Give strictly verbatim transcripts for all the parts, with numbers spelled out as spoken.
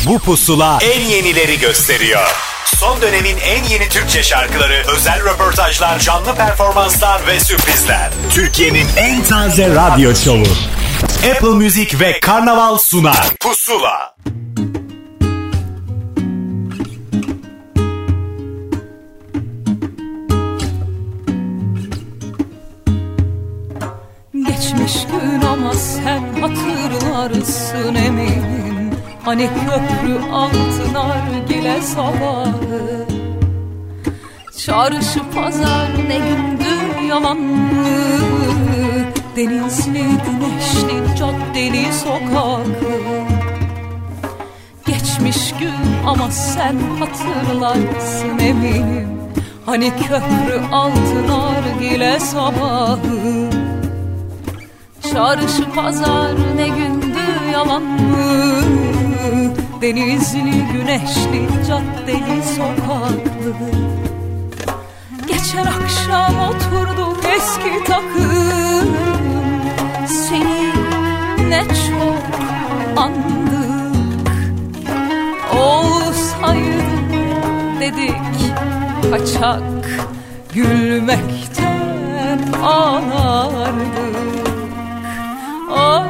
Bu pusula en yenileri gösteriyor. Son dönemin en yeni Türkçe şarkıları, özel röportajlar, canlı performanslar ve sürprizler. Türkiye'nin en taze radyo şovu. Apple Music ve Karnaval sunar. Pusula. Geçmiş gün ama sen hatırlarsın eminim. Hani köprü altın nargile sabahı, çarşı pazar ne gündü yalanlı, denizli güneşli caddeli sokakı. Geçmiş gün ama sen hatırlarsın eminim. Hani köprü altın nargile sabahı, çarşı pazar ne gündü yalanlı, denizli güneşli caddeli sokaklı. Geçen akşam oturduk eski takım, seni ne çok andık. Olsaydı dedik kaçak, gülmekten ağlardık. Ah,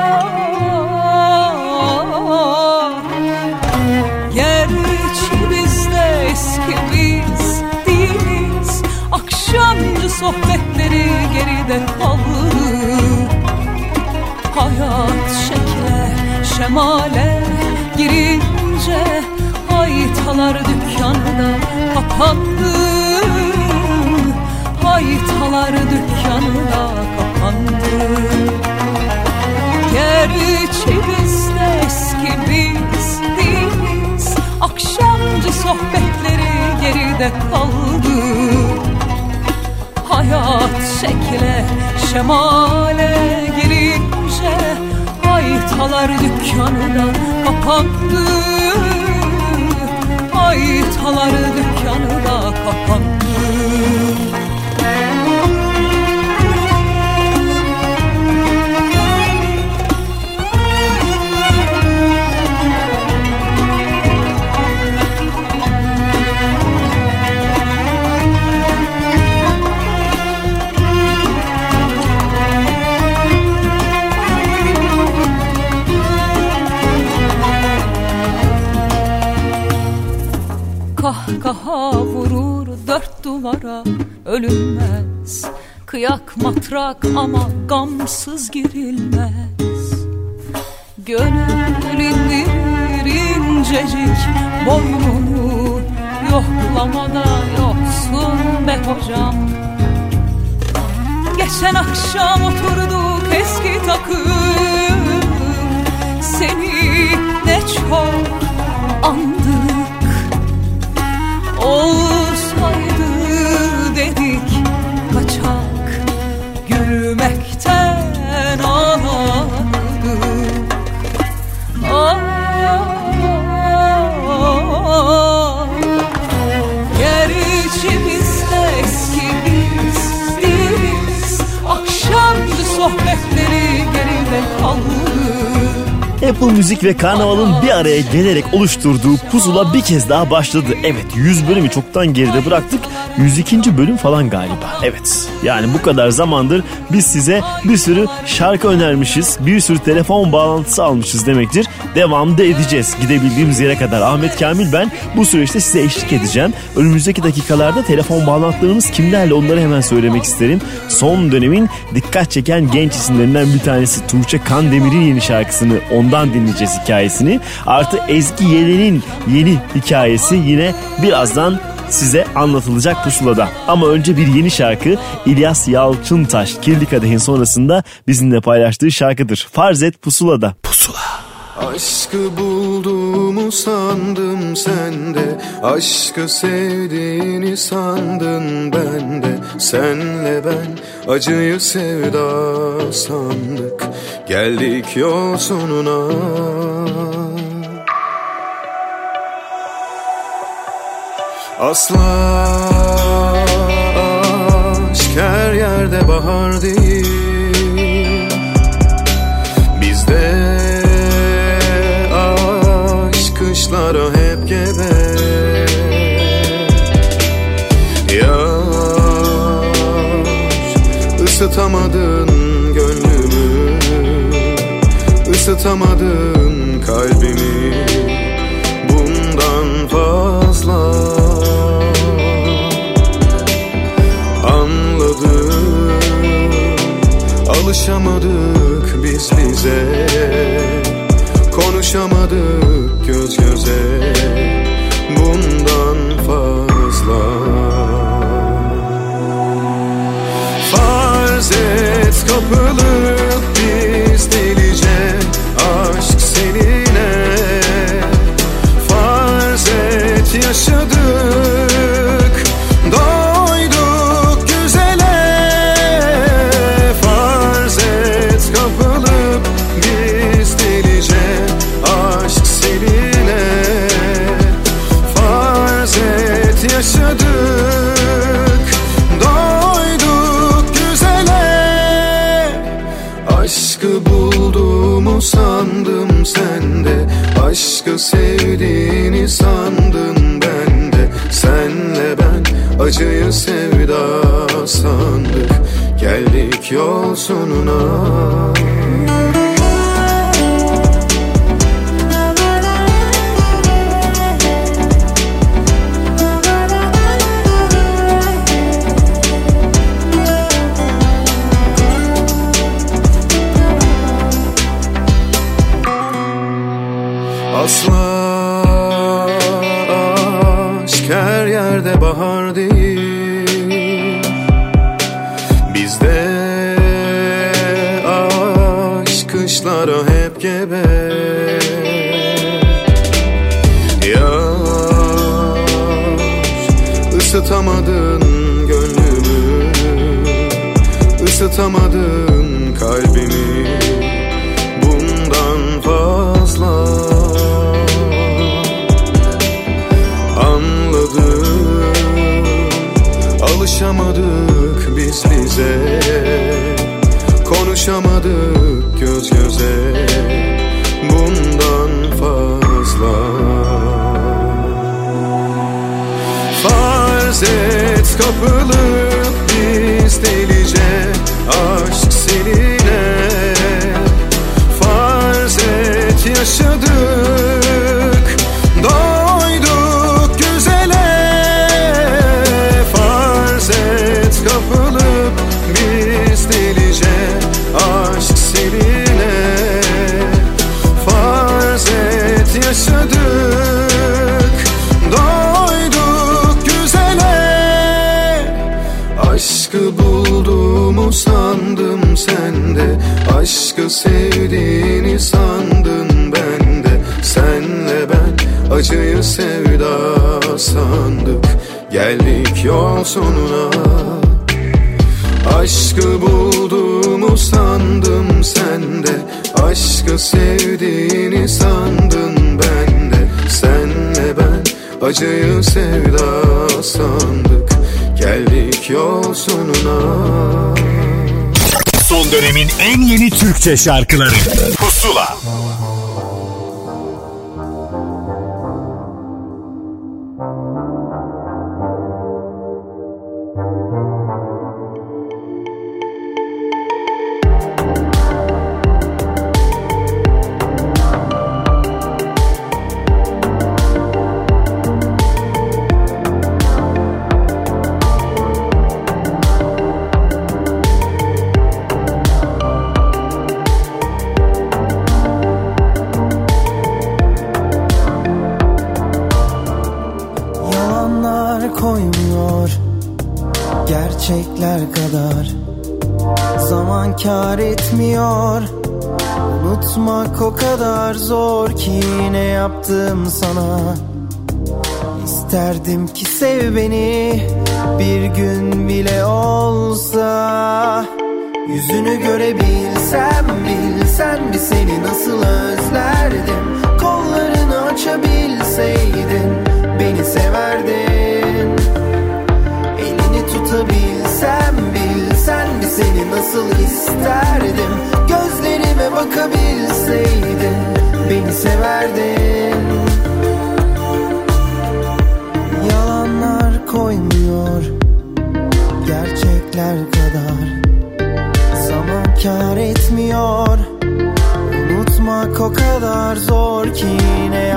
gerçi biz de eski biz değiliz. Akşamcı sohbetleri geride kaldı. Hayat şekle şemale girince haytalar dükkanda kapandı. Haytalar dükkanda kapandı. Gerçi biz de eski biz değiliz. Akşamcı sohbetleri geride kaldı. Hayat şekle şemale girince haytalar dükkanı da kapandı. Haytalar dükkanı da kapandı. Kahkaha vurur dört duvara ölünmez. Kıyak matrak ama gamsız girilmez. Gönül indirir incecik boynunu, yoklamada yoksun be hocam. Geçen akşam oturduk eski takım, seni ne çok andık. Olsaydı dedik kaçak, gülmekten ağladık. Ah, gerçi biz de eski biz değiliz. Akşamcı sohbetleri geride kaldı. Apple Music ve Karnaval'ın bir araya gelerek oluşturduğu pusula bir kez daha başladı. Evet, yüz bölümü çoktan geride bıraktık. yüz ikinci bölüm falan galiba. Evet, yani bu kadar zamandır biz size bir sürü şarkı önermişiz. Bir sürü telefon bağlantısı almışız demektir. Devamda edeceğiz gidebildiğimiz yere kadar. Ahmet Kamil ben, bu süreçte size eşlik edeceğim. Önümüzdeki dakikalarda telefon bağlantılarımız kimlerle, onları hemen söylemek isterim. Son dönemin dikkat çeken genç isimlerinden bir tanesi Tuğçe Kandemir'in yeni şarkısını, ondan dinleyeceğiz hikayesini. Artı Ezgi Yelen'in yeni hikayesi yine birazdan size anlatılacak pusulada. Ama önce bir yeni şarkı, İlyas Yalçıntaş Kirli Kadeh'in sonrasında bizimle paylaştığı şarkıdır. Farz et pusulada. Pusula. Aşkı bulduğumu sandım sende, aşkı sevdiğini sandın bende. Senle ben acıyı sevda sandık, geldik yol sonuna. Asla aşk her yerde bahar değil. Bizde aşkı kışlara hep gebe. Yar, ısıtamadın gönlümü, ısıtamadın kalbimi bundan fazla. Anladım, alışamadık biz bize, konuşamadık göz göze bundan fazla. Farz et kapılıp biz delice aşk seninle, farz et yaşadık, doyduk güzele. Farz et kapılıp biz delice aşk seninle, farz et yaşadık, doyduk güzele. Aşkı bulduğumu sandım sende, aşkı sevdiğini sandın bende. Senle ben acıyı sevda sandık, geldik yol sonuna. Asla aşk her yerde bahar değil, bizde aşk kışlara hep gebe. Yar, ısıtamadın gönlümü, ısıtamadın kalbimi bundan fazla. Anladım, alışamadık biz bize, konuşamadık göz göze bundan fazla. Farz et kapılıp biz delice aşk seninle, farz et yaşadık, doyduk güzele. Farz et kapılıp biz delice aşk seninle, farz et yaşadık, doyduk güzele. Aşkı bulduğumu sandım sende, aşkı sevdiğini sandın bende. Senle ben acıyı sevda sandık, geldik yol sonuna. Aşkı bulduğumu sandım sende, aşkı sevdiğini sandın bende. Senle ben acıyı sevda sandık, geldik yol sonuna. Son dönemin en yeni Türkçe şarkıları Pusula. Gerçekler kadar zaman kâr etmiyor. Unutmak o kadar zor ki ne yaptım sana. İsterdim ki sev beni bir gün bile olsa. Yüzünü görebilsem, bilsen bir seni nasıl özlerdim. Kollarını açabilseydin beni severdin. Elini tutabilsem, bilsen bir seni nasıl isterdim. Gözlerime bakabilseydin beni severdin.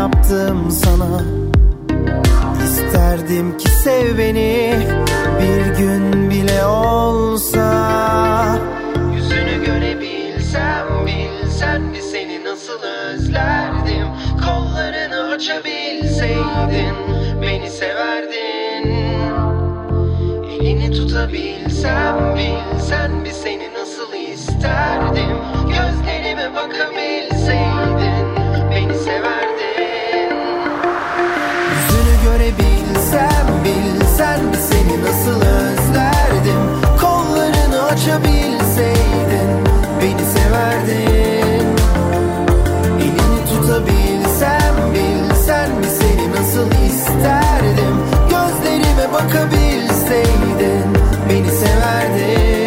yaptım sana. İsterdim ki sev beni bir gün bile olsa. Yüzünü görebilsem, bilsen bir seni nasıl özlerdim. Kollarını açabilseydin beni severdin. Elini tutabilsem, bilsen bir seni nasıl isterdim. Gözlerime bakabilseydin beni severdin. Yüzünü görebilsem, bilsen bir seni nasıl özlerdim. Kollarını açabilseydin beni severdin. Elini tutabilsem, bilsen bir seni nasıl isterdim. Gözlerime bakabilseydin beni severdin.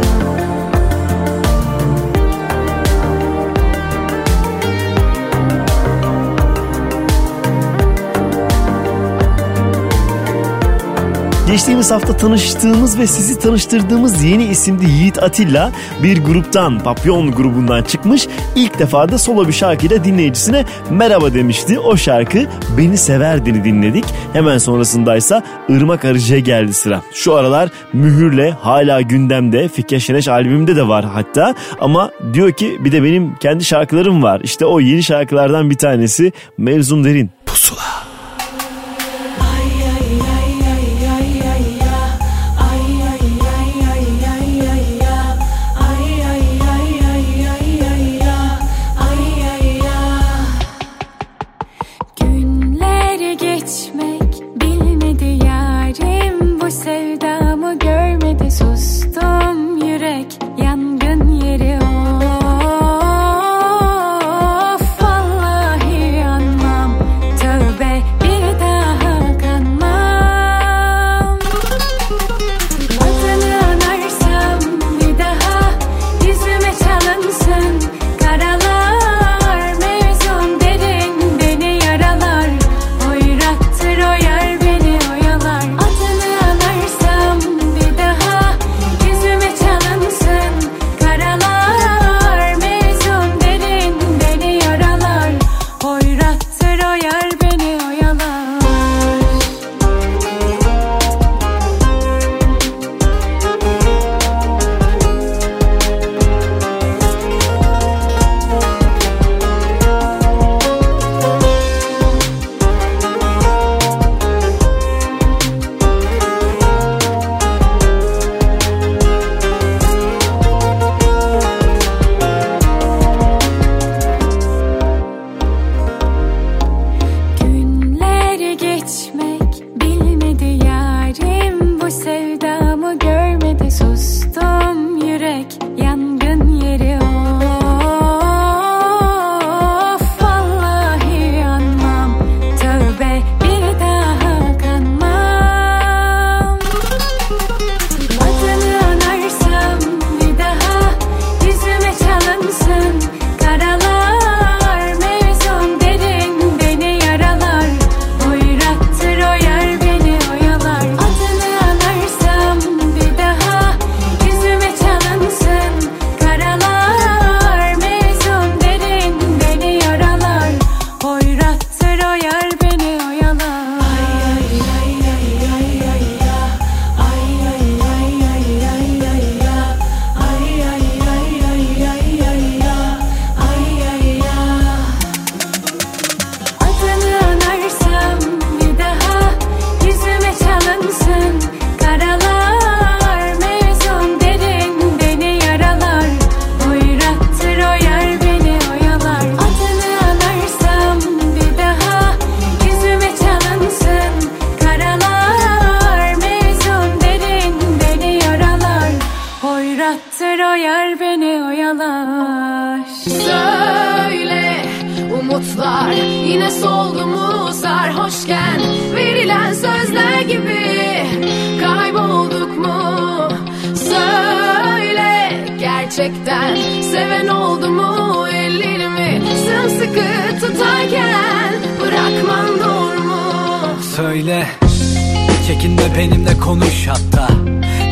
Geçtiğimiz hafta tanıştığımız ve sizi tanıştırdığımız yeni isimli Yiğit Atilla bir gruptan, Papyon grubundan çıkmış. İlk defa da solo bir şarkıyla dinleyicisine merhaba demişti. O şarkı Beni Severdin'i dinledik. Hemen sonrasındaysa Irmak Arıcı'ya geldi sıra. Şu aralar Mühür'le hala gündemde, Fikya Şeneş albümümde de var hatta. Ama diyor ki bir de benim kendi şarkılarım var. İşte o yeni şarkılardan bir tanesi Mevzum Derin. Pusula.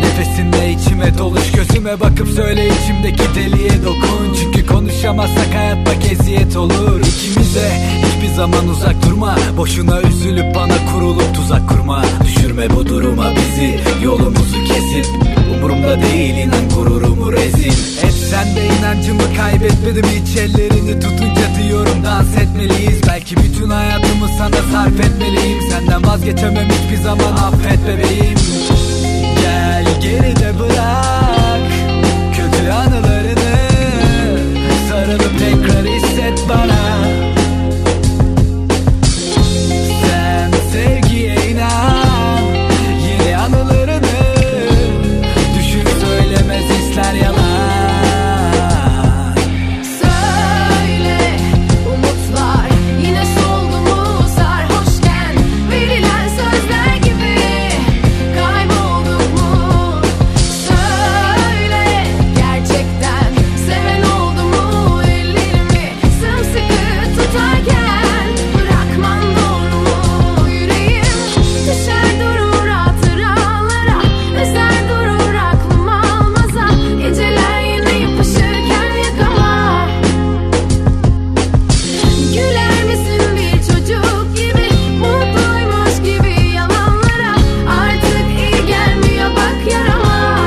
Nefesinle içime doluş, gözüme bakıp söyle içimdeki deliye dokun. Çünkü konuşamazsak hayat bak eziyet olur. İkimize hiçbir zaman uzak durma, boşuna üzülüp bana kurulup tuzak kurma. Düşürme bu duruma bizi, yolumuzu kesip. Umurumda değil inan gururumu rezil. Hep sende inancımı kaybetmedim hiç, ellerini tutunca diyorum dans etmeliyiz. Belki bütün hayatımı sana sarf etmeliyim. Senden vazgeçemem hiçbir zaman, affet bebeğim. Gel geride bırak kötü anılarını, sarılıp tekrar hisset bana. Sen sevgiye inan, yeni anılarını düşün, söylemez hisler yalan. Söyle umutlar yine soldu mu, sarhoşken verilen sözler gibi kaybolduk mu? Söyle gerçekten seven oldu mu, ellerimi sımsıkı tutarken bırakman doğru mu? Yüreğim düşer durur hatıralara, özler durur aklım almaza, geceler yine yapışırken yakama. Güler misin bir çocuk gibi, mutluymuş gibi yalanlara, artık iyi gelmiyor bak yarama.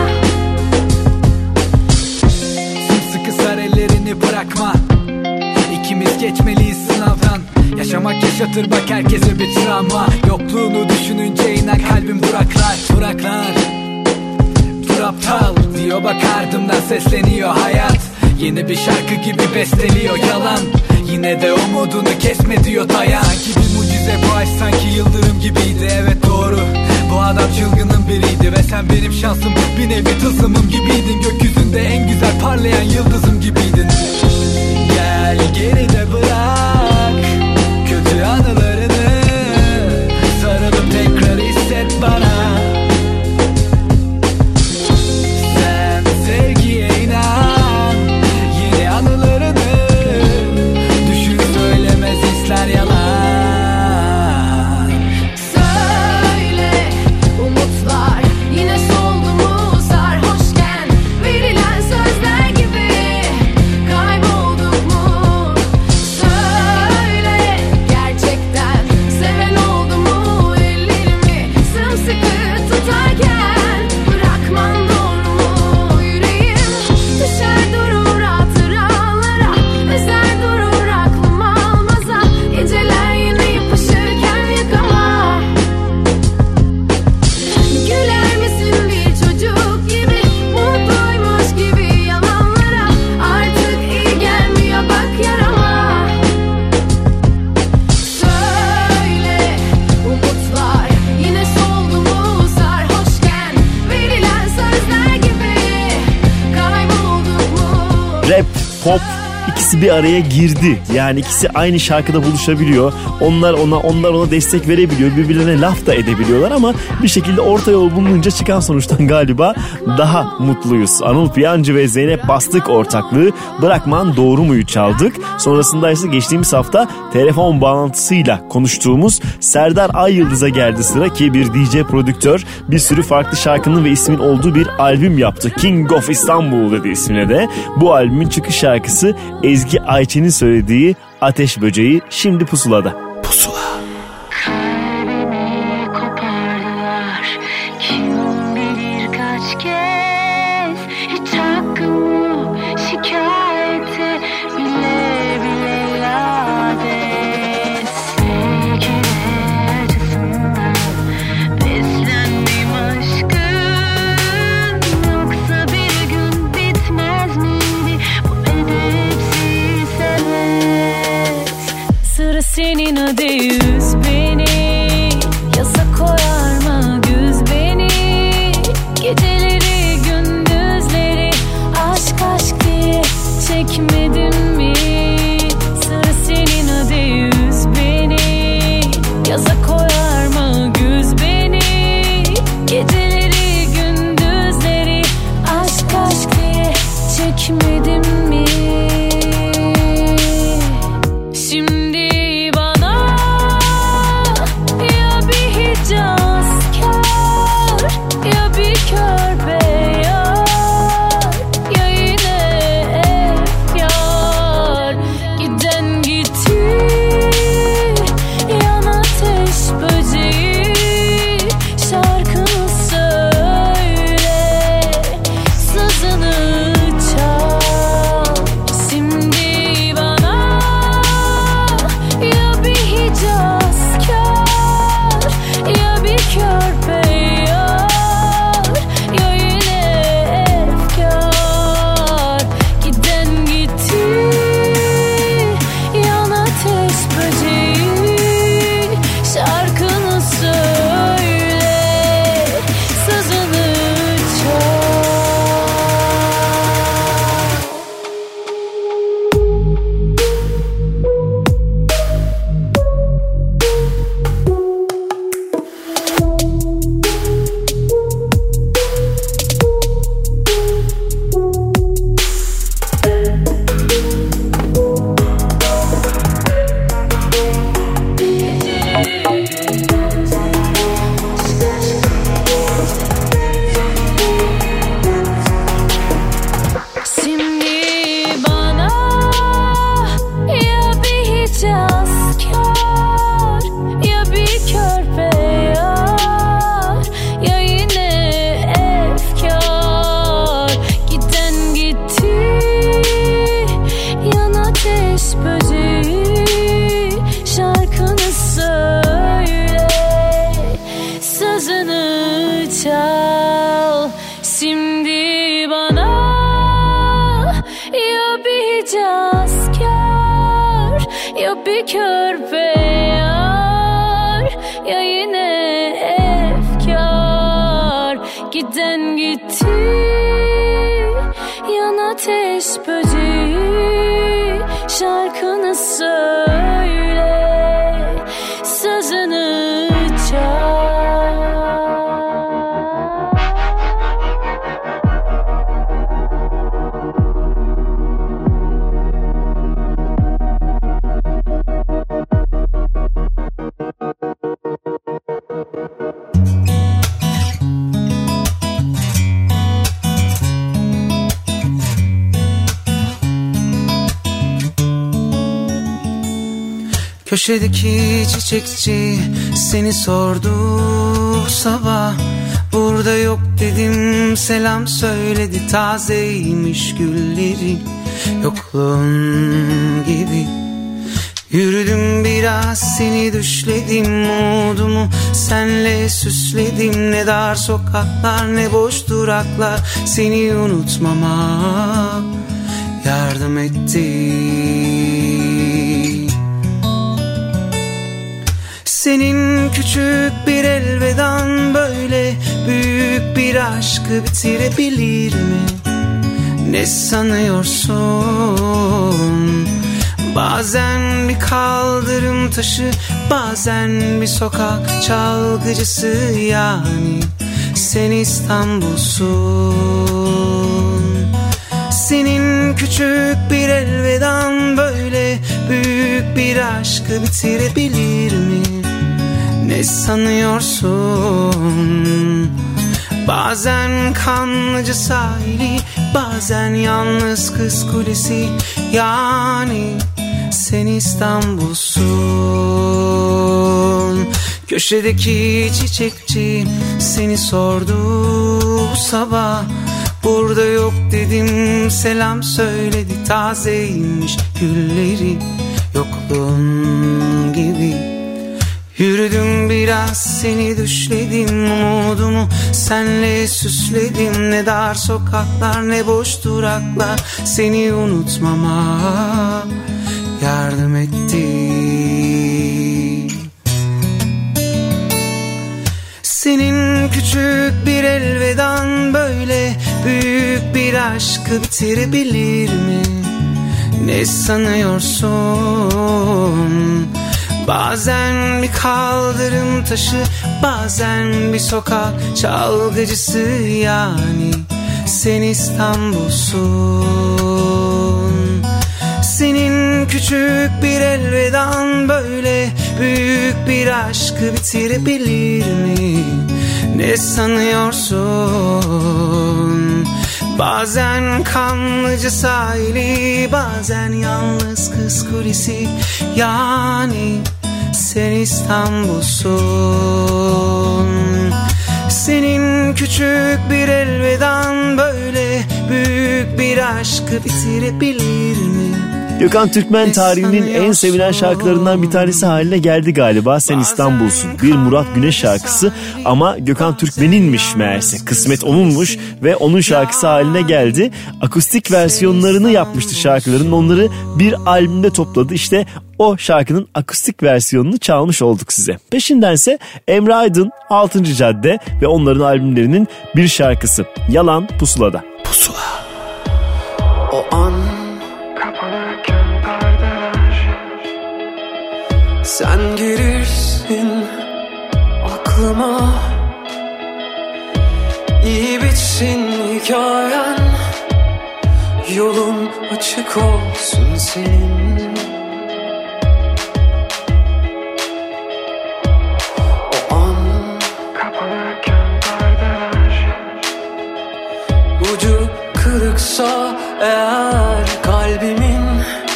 Sımsıkı sar ellerini bırakma, İkimiz geçmeliyiz sınavdan. Yaşamak yaşatır bak herkese bir travma. Yokluğunu düşününce inen kalbim duraklar. Duraklar dur aptal diyor bak ardımdan sesleniyor hayat. Yeni bir şarkı gibi besteliyor yalan. Yine de umudunu kesme diyor dayan. Sanki bir mucize bu aşk, sanki yıldırım gibiydi. Evet doğru, bu adam çılgının biriydi. Ve sen benim şansım, bir nevi tılsımım gibiydin. Gökyüzünde en güzel parlayan yıldızım gibiydin. Gel geride bırak kötü anılarını, sarılıp tekrar hisset bana. Sen sevgiye inan, yeni anılarını düşün, söylemez hisler yalan. Söyle umutlar yine soldu mu, sarhoşken verilen sözler gibi kaybolduk mu? Söyle gerçekten seven oldu mu, ellerimi sımsıkı tutarken bırakman doğru mu? Yüreğim düşer durur hatıralara, özler durur aklım almaza, geceler yine yapışırken yakama. Güler misin bir çocuk gibi, mutluymuş gibi yalanlara, artık iyi gelmiyor bak yarama. Söyle umutlar yine soldu mu, sarhoşken verilen sözler gibi kaybolduk mu? Rap, pop ikisi bir araya girdi. Yani ikisi aynı şarkıda buluşabiliyor. Onlar ona onlar ona destek verebiliyor. Birbirlerine laf da edebiliyorlar ama bir şekilde orta yol bulununca çıkan sonuçtan galiba daha mutluyuz. Anıl Piyancı ve Zeynep Bastık ortaklığı Bırakman Doğru Mu'yu çaldık. Sonrasında ise geçtiğimiz hafta telefon bağlantısıyla konuştuğumuz Serdar Ayyıldız'a geldi sıra ki bir D J prodüktör bir sürü farklı şarkının ve ismin olduğu bir albüm yaptı. King of İstanbul dedi ismine de. Bu albümün çıkış şarkısı Ezgi Ayça'nın söylediği Ateş Böceği şimdi Pusula'da. Pusula. Kalbimi kopardılar, kim bilir kaç kez. Hiç hakkımı şikayete bile bile lades. Sevginin acısından beslendim aşkın. Yoksa bir gün bitmez miydi bu edepsiz evet. Sıra senin hadi üz beni, yasa koyar mı güz beni? Geceleri gündüzleri aşk aşk diye çekmedin mi? Sıra senin hadi üz beni, yasa koyar mı güz beni? Geceleri gündüzleri aşk aşk diye çekmedin mi? Şimdi bana kuş böceği şarkını söyle, sözünü çal. Köşedeki çiçekçi seni sordu sabah. Burada yok dedim, selam söyledi, tazeymiş gülleri yokluğun gibi. Yürüdüm biraz, seni düşledim, umudumu senle süsledim. Ne dar sokaklar ne boş duraklar seni unutmama yardım etti. Senin küçük bir elvedan böyle büyük bir aşkı bitirebilir mi? Ne sanıyorsun? Bazen bir kaldırım taşı, bazen bir sokak çalgıcısı, yani sen İstanbul'sun. Senin küçük bir elvedan böyle büyük bir aşkı bitirebilir mi? Ne sanıyorsun? Bazen Kanlıca sahili, bazen yalnız Kız Kulesi, yani sen İstanbul'sun. Köşedeki çiçekçi seni sordu sabah. Burada yok dedim, selam söyledi, tazeymiş gülleri yokluğun gibi. Yürüdüm biraz, seni düşledim, umudumu senle süsledim. Ne dar sokaklar ne boş duraklar seni unutmama yardım etti. Senin küçük bir elvedan böyle büyük bir aşkı bitirebilir mi? Ne sanıyorsun? Bazen bir kaldırım taşı, bazen bir sokak çalgıcısı, yani sen İstanbul'sun. Senin küçük bir elvedan böyle büyük bir aşkı bitirebilir mi? Ne sanıyorsun? Bazen Kanlıca sahili, bazen yalnız Kız Kulesi, yani sen İstanbul'sun. Senin küçük bir elvedan böyle büyük bir aşkı bitirebilir mi? Gökhan Türkmen tarihinin en sevilen şarkılarından bir tanesi haline geldi galiba Sen İstanbul'sun. Bir Murat Güneş şarkısı ama Gökhan Türkmen'inmiş meğerse. Kısmet onunmuş ve onun şarkısı haline geldi. Akustik versiyonlarını yapmıştı şarkıların. Onları bir albümde topladı. İşte o şarkının akustik versiyonunu çalmış olduk size. Peşindense Emre Aydın, altıncı Cadde ve onların albümlerinin bir şarkısı Yalan Pusula'da. Pusula. O an sen girirsin aklıma, iyi bitsin hikayen, yolun açık olsun senin. O an kapanırken perdeler, ucu kırıksa eğer kalbimin,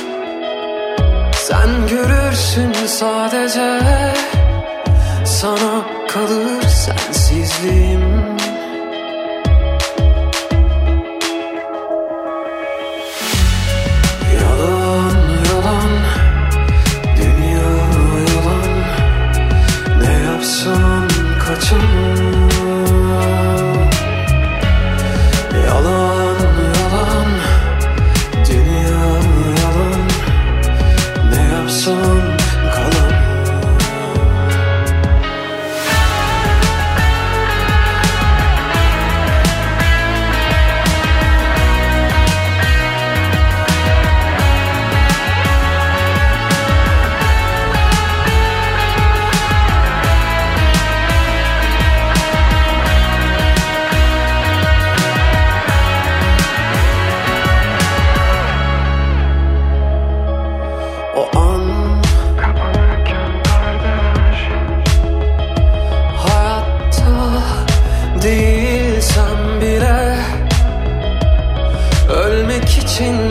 sen görürsün sadece, sana kalır sensizliğim. Yalan yalan, dünya yalan, ne yapsam kaçamam. Yalan yalan, dünya yalan, ne yapsam kalamam.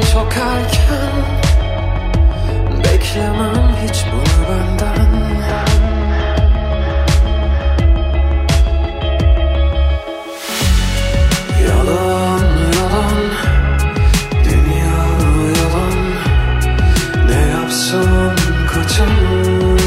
çok erken. Beklemem hiç bunu benden. Yalan yalan, dünya yalan. Ne yapsam kaçamam.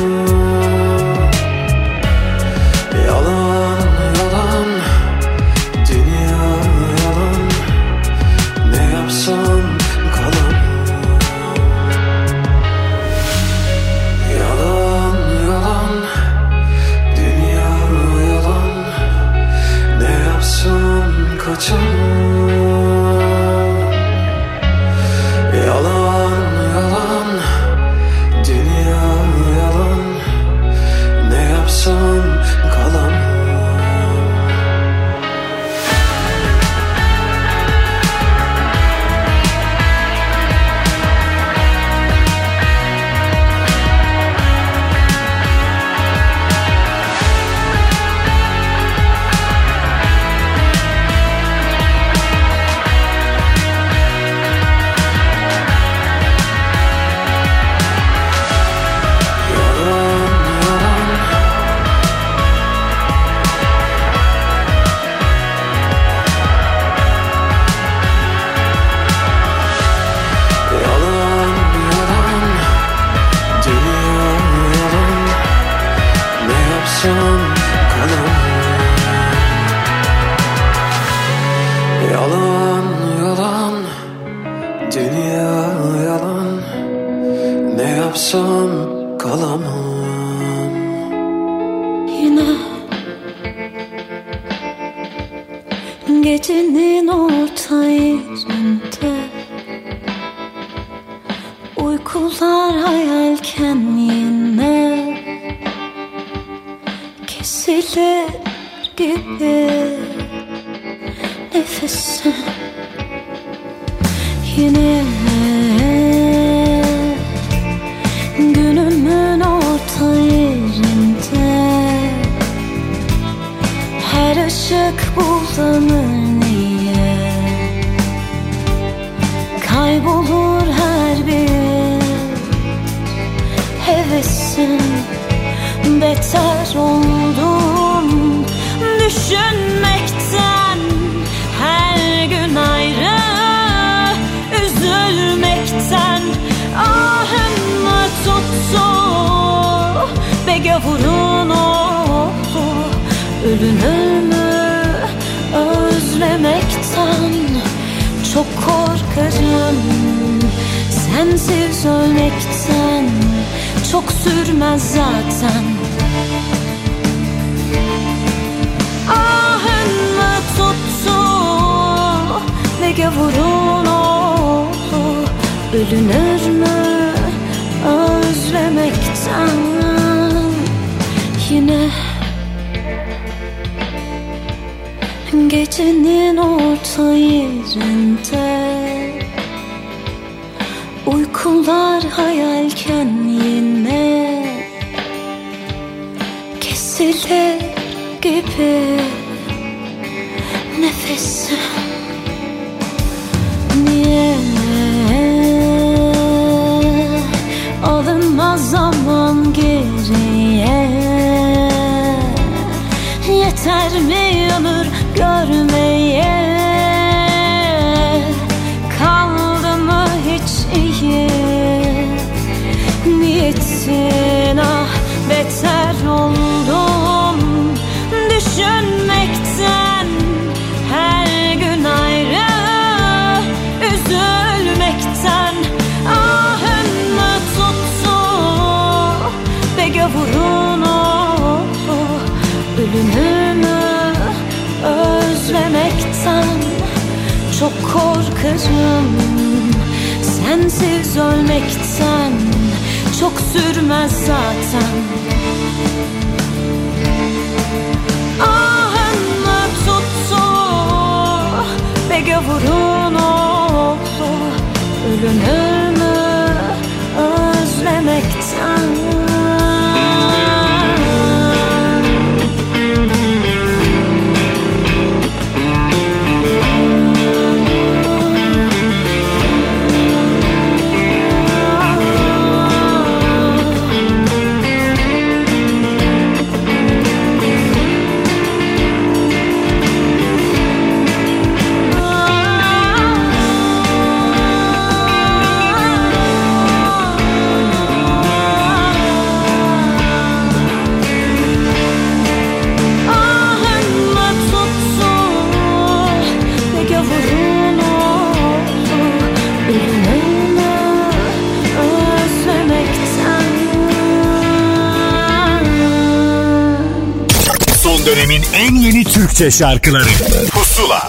Yalan yalan, dünya yalan. Ne yapsam kalamam. Yalan yalan, dünya yalan. Ne yapsam kaçamam. Yalan yalan, dünya yalan. Ne yapsam kalamam. Yalan yalan, dünya yalan. Ne yapsam kalamam. Yalan yalan, dünya yalan. Ne yapsam kalamam. Yine gecenin orta yerinde uykular hayalken yine kesilir gibi nefesim. Yine günümün orta yerinde her ışık bulanır niye? Kaybolur her bir hevesim. Beter oldum düşünmekten, her gün ayrı üzülmekten. Ahımı tuttu ve gavurun oldu. Ölünür mü özlemekten? Çok korkarım sensiz ölmekten. Çok sürmez zaten. Ahımı tuttu ve gavurun oldu. Ölünür mü özlemekten? Yine gecenin orta yerinde uykular hayalken yine kesilir gibi nefesim. Niye alınmaz zaman geriye? Yeter mi ömür görmeye? Kaldı mı hiç iyi niyetin? Ah beter oldum düşünmekten, her gün ayrı üzülmekten. Ahımı tuttu ve gavurun oldu. Ölünür mü özlemekten? Çok korkarım sensiz ölmekten. Çok sürmez zaten. Ahımı tuttu ve gavurun oldu. Ölünür mü özlemekten? Son dönemin en yeni Türkçe şarkıları Pusula.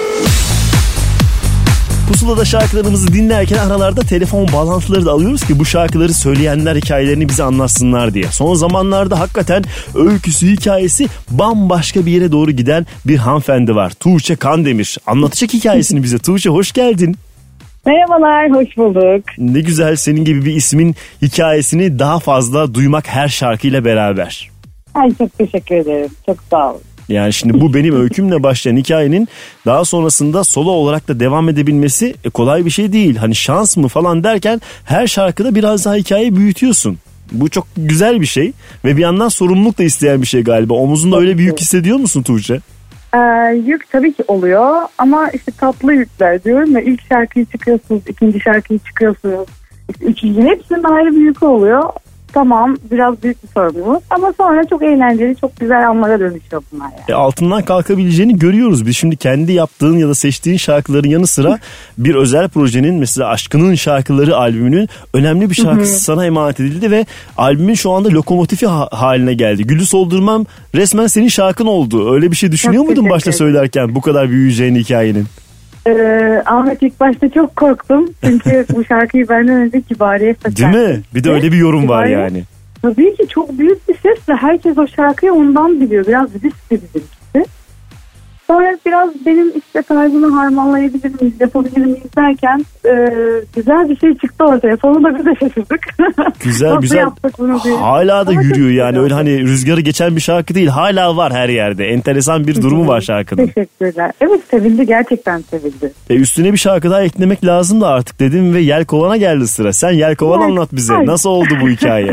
Pusula'da şarkılarımızı dinlerken aralarda telefon bağlantıları da alıyoruz ki bu şarkıları söyleyenler hikayelerini bize anlatsınlar diye. Son zamanlarda hakikaten öyküsü, hikayesi bambaşka bir yere doğru giden bir hanımefendi var. Tuğçe Kandemir. Anlatacak hikayesini bize. Tuğçe, hoş geldin. Merhabalar, hoş bulduk. Ne güzel senin gibi bir ismin hikayesini daha fazla duymak her şarkıyla beraber. Ay, çok teşekkür ederim. Çok sağ olun. Yani şimdi bu benim öykümle başlayan hikayenin daha sonrasında solo olarak da devam edebilmesi e, kolay bir şey değil. Hani şans mı falan derken her şarkıda biraz daha hikayeyi büyütüyorsun. Bu çok güzel bir şey ve bir yandan sorumluluk da isteyen bir şey galiba. Omuzunda öyle bir yük hissediyor musun Tuğçe? Ee, yük tabii ki oluyor ama işte tatlı yükler diyorum ya, ilk şarkıyı çıkıyorsunuz, ikinci şarkıyı çıkıyorsunuz, işte üçüncü, hepsinin ayrı bir yükü oluyor. Tamam, biraz büyük bir sorumluluk ama sonra çok eğlenceli, çok güzel anlara dönüşüyor bunlar yani. E, altından kalkabileceğini görüyoruz. Biz şimdi kendi yaptığın ya da seçtiğin şarkıların yanı sıra bir özel projenin, mesela Aşkının Şarkıları albümünün önemli bir şarkısı hı hı. sana emanet edildi ve albümün şu anda lokomotifi ha- haline geldi. Gülü Soldurmam resmen senin şarkın oldu. Öyle bir şey düşünüyor çok muydun başta söylerken bu kadar büyüyeceğini hikayenin? Ee, Ahmet, ilk başta çok korktum çünkü bu şarkıyı benden önce Kibariye seçti. Değil mi? Bir de öyle bir yorum Kibariye, var yani. Tabii ki çok büyük bir ses ve herkes o şarkıyı ondan biliyor. Biraz risk de bizimkisi. Sonra biraz benim işte tarzımı harmanlayabilir miyiz, yapabilir miyiz derken e, güzel bir şey çıktı ortaya. Sonunda biz de şaşırdık. Güzel Nasıl güzel. Bunu hala da ama yürüyor yani, öyle hani rüzgarı geçen bir şarkı değil. Hala var her yerde. Enteresan bir durumu var şarkının. Teşekkürler. Evet, sevildi, gerçekten sevildi. E üstüne bir şarkı daha eklemek lazım da artık dedim ve Yelkovan'a geldi sıra. Sen Yelkovan Yel- anlat bize. Ay. Nasıl oldu bu hikaye?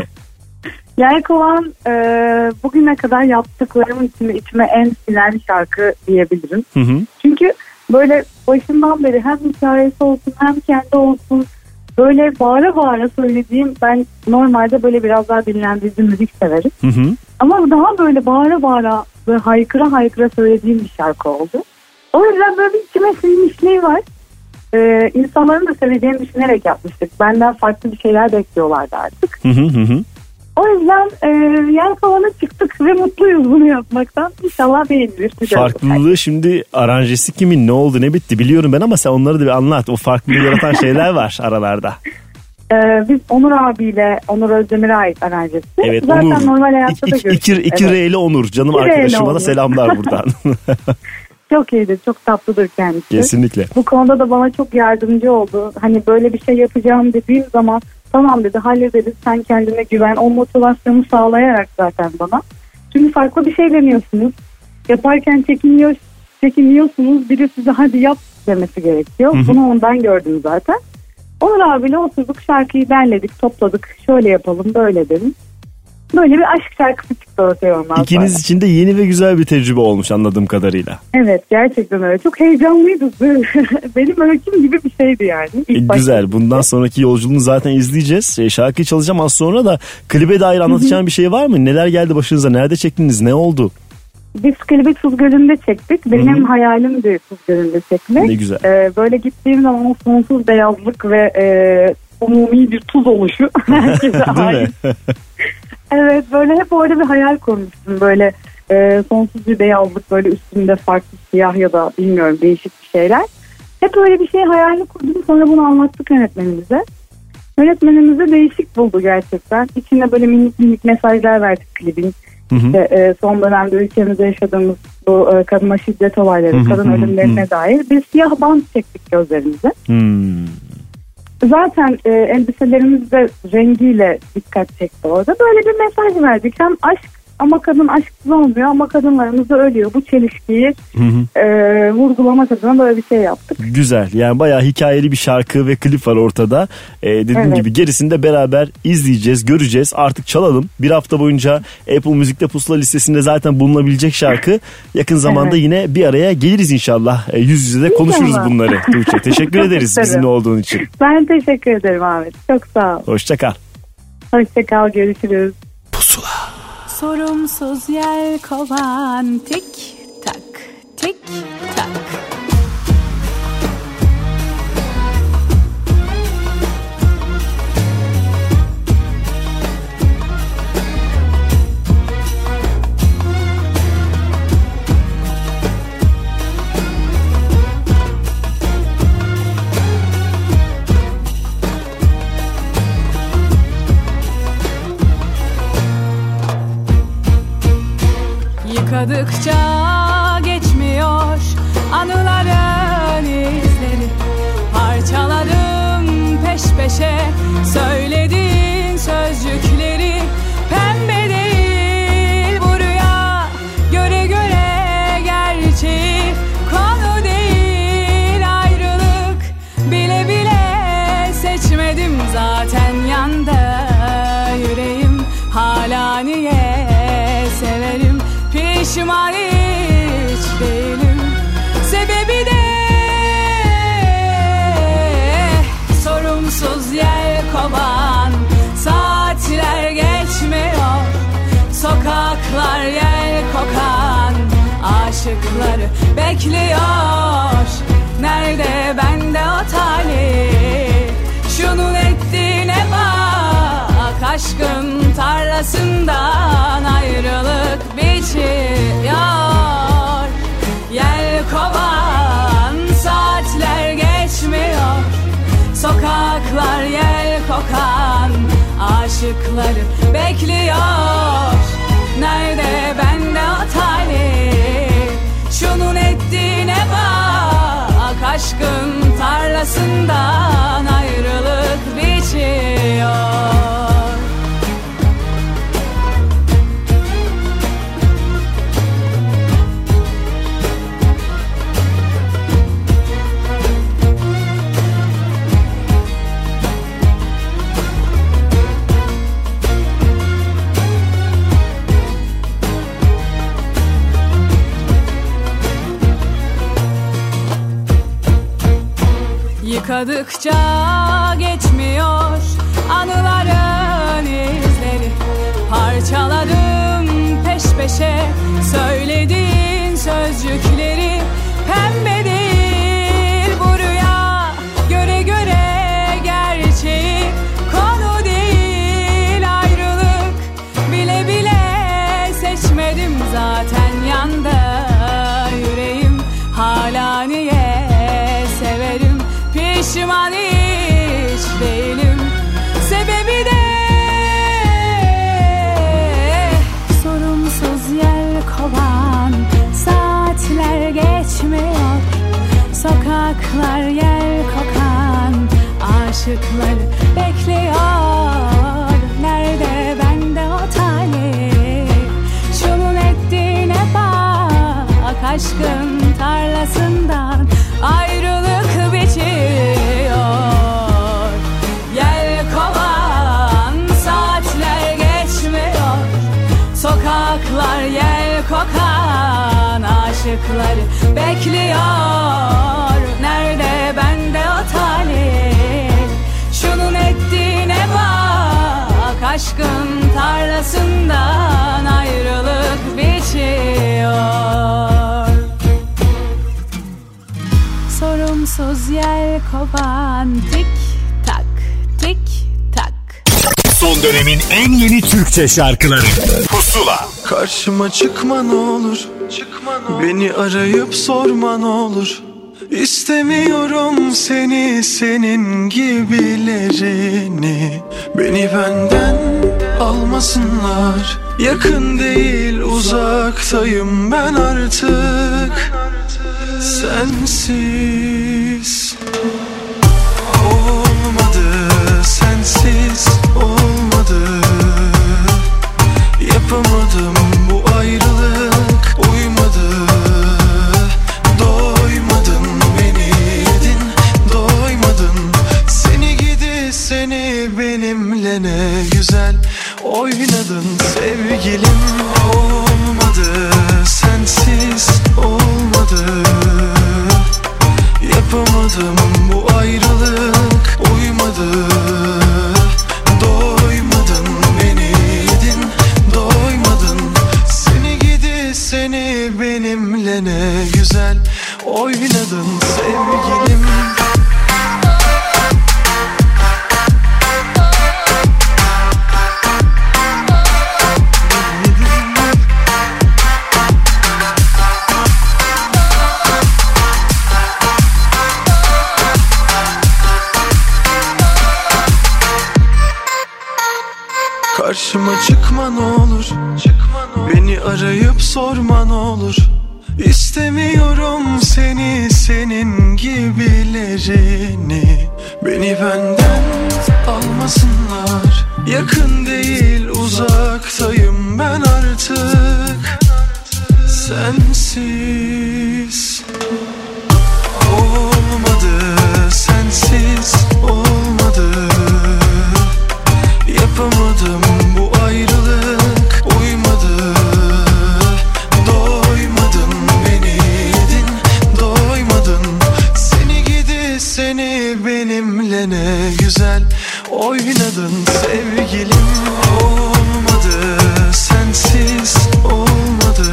Yelkovan e, bugüne kadar yaptıklarımın içinde içime en sinen şarkı diyebilirim. Hı hı. Çünkü böyle başından beri hem hikayesi olsun hem kendi olsun böyle bağıra bağıra söylediğim, ben normalde böyle biraz daha dinlendirici müzik severim. Hı hı. Ama daha böyle bağıra bağıra ve haykıra haykıra söylediğim bir şarkı oldu. O yüzden böyle bir içime sinmişliği var. Ee, insanların da seveceğini düşünerek yapmıştık. Benden farklı bir şeyler bekliyorlardı artık. Hı hı hı. O yüzden e, Yelkovan'a çıktık ve mutluyuz bunu yapmaktan. İnşallah beğenilir. Farklılığı şimdi aranjesi kimin, ne oldu, ne bitti biliyorum ben ama sen onları da bir anlat. O farklılığı yaratan şeyler var aralarda. Ee, biz Onur abiyle, Onur Özdemir'e ait aranjesi. Evet, zaten Onur. normal hayatta da İki, görüşürüz. iki, iki evet. R'li Onur. Canım İki arkadaşıma da selamlar buradan. Çok iyidir, çok tatlıdır kendisi. Kesinlikle. Bu konuda da bana çok yardımcı oldu. Hani böyle bir şey yapacağım dediğim zaman tamam dedi, hallederiz, sen kendine güven. O motivasyonu sağlayarak zaten bana. Çünkü farklı bir şey deniyorsunuz. Yaparken çekiniyor, çekiniyorsunuz. Biri size hadi yap demesi gerekiyor. Hı hı. Bunu ondan gördüm zaten. Onur abiyle oturduk, şarkıyı derledik, topladık. Şöyle yapalım, böyle dedim. Böyle bir aşk şarkısı çıktı ortaya ondan İkiniz sonra. için de yeni ve güzel bir tecrübe olmuş anladığım kadarıyla. Evet, gerçekten öyle. Çok heyecanlıydık. Benim öyküm gibi bir şeydi yani. E, güzel. Bundan sonraki yolculuğunu zaten izleyeceğiz. E, şarkıyı çalacağım az sonra da klibe dair anlatacağın bir şey var mı? Neler geldi başınıza? Nerede çektiniz? Ne oldu? Biz klibi Tuz Gölü'nde çektik. Benim Hı-hı. hayalimdi Tuz Gölü'nde çekmek. Ne güzel. Ee, böyle gittiğim zaman o sonsuz beyazlık ve e, umumi bir tuz oluşu herkese ait. Evet, böyle hep orada bir hayal kurmuştum. Böyle e, sonsuz bir beyazlık, böyle üstünde farklı siyah ya da bilmiyorum değişik bir şeyler. Hep öyle bir şey hayalini kurdum. Sonra bunu anlattık yönetmenimize. Yönetmenimiz de değişik buldu gerçekten. İçinde böyle minik minik mesajlar verdik klibin. Hı hı. İşte, e, son dönemde ülkemizde yaşadığımız bu e, kadına şiddet olayları, hı hı, kadın ölümlerine hı. dair bir siyah bant çektik gözlerimize. Hı. Zaten e, elbiselerimiz de rengiyle dikkat çekti orada. Böyle bir mesaj verdik. Hem aşk, ama kadın aşksız olmuyor, ama kadınlarımız da ölüyor. Bu çelişkiyi hı hı. E, vurgulamak adına böyle bir şey yaptık. Güzel. Yani bayağı hikayeli bir şarkı ve klip var ortada. E, dediğim evet. gibi gerisini de beraber izleyeceğiz, göreceğiz. Artık çalalım. Bir hafta boyunca Apple Müzik'te Pusula listesinde zaten bulunabilecek şarkı. Yakın zamanda evet. yine bir araya geliriz inşallah. E, yüz yüze de inşallah. Konuşuruz bunları Tuğçe. Teşekkür ederiz bizimle olduğun için. Ben teşekkür ederim Ahmet. Çok sağ ol. Hoşça kal. Hoşça kal. Görüşürüz. Pusula. Sorumsuz yelkovan tik tak tik tak. Yıkadıkça geçmiyor anıların izleri. Parçaladım peş peşe söylediğin sözcükleri. Pembe değil bu rüya, göre göre gerçeği. Konu değil ayrılık, bile bile seçmedim zaten yanda yüreğim. Hala niye severim, pişman hiç değilim. Sebebi de sorumsuz yelkovan. Saatler geçmiyor, sokaklar yel kokan. Aşıkları bekliyor, nerede bende o talih? Şunun ettiğine bak, aşkın tarlasından ayrılık biçiyor. Yelkovan, saatler geçmiyor, sokaklar yel kokan. Aşıkları bekliyor, nerede bende o talih? Şunun ettiğine bak, aşkın tarlasından ayrılık biçiyor. Yıkadıkça geçmiyor anıların izleri. Parçaladım peş peşe söylediğin sözcükleri. Pembe değil bu rüya, göre göre gerçeği. Konu değil ayrılık, bile bile seçmedim zaten yanda yüreğim. Hala niye severim, pişman hiç değilim. Sebebi de sorumsuz yelkovan. Saatler geçmiyor, sokaklar yel kokan. Aşıklar bekliyor, nerede bende o talih? Şunun ettiğine bak, aşkın tarlasından ayrılık biçiyor. Yelkovan, saatler geçmiyor, sokaklar yel kokan. Aşıkları bekliyor, nerede bende o talih? Şunun ettiğine bak, aşkın tarlasından ayrılık biçiyor. Sorumsuz yelkovan, tik tak tik tak. Son dönemin en yeni Türkçe şarkıları Pusula. Karşıma çıkma ne olur, beni arayıp sorma ne olur. İstemiyorum seni, senin gibilerini. Beni benden almasınlar. Yakın değil uzaktayım ben artık. Sensiz olmadı, sensiz olmadı. Yapamadım bu ayrılık, uymadı. Doymadın beni yedin, doymadın. Seni gidi seni benimle ne güzel oynadın sevgilim. Olmadı, sensiz olmadı. Yapamadım bu ayrılık, uymadı. Doymadın beni yedin, doymadın. Seni gidi seni benimle ne güzel oynadın sevgilim. Karşıma çıkma ne olur, beni Beni arayıp sorman olur. İstemiyorum seni, senin gibilerini. Beni benden almasınlar. Yakın değil uzaktayım ben artık. Sensiz olmadı, sensiz olmadı. Yapamadım bu ayrılık, uymadı. Doymadın beni yedin, doymadın. Seni gidi seni benimle ne güzel oynadın sevgilim. Olmadı, sensiz olmadı.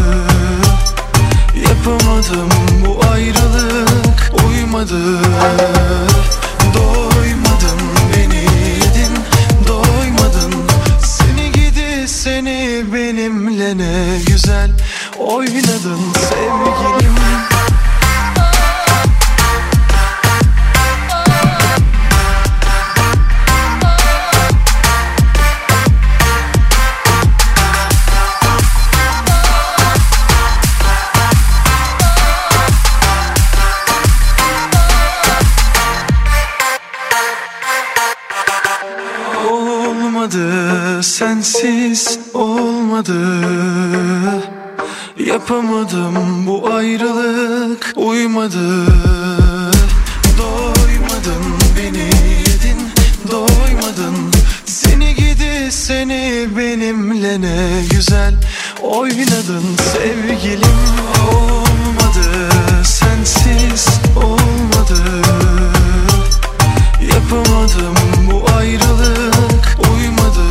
Yapamadım bu ayrılık, uymadı. Doymadın beni yedin, doymadın. Seni gidi seni benimle ne güzel oynadın sevgilim. Sensiz olmadı. Yapamadım bu ayrılık, uymadı. Doymadın beni yedin, doymadın. Seni gidi seni benimle ne güzel oynadın sevgilim. Olmadı, sensiz olmadı. Yapamadım bu ayrılık, uymadı.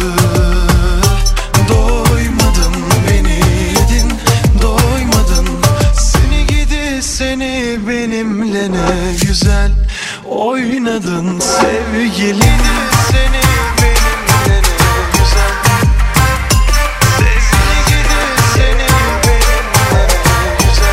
Doymadın beni yedin, doymadın. Seni gidi seni benimle ne güzel oynadın sevgilim. Seni benimle ne güzel. Sevgili gidi seni benimle ne güzel.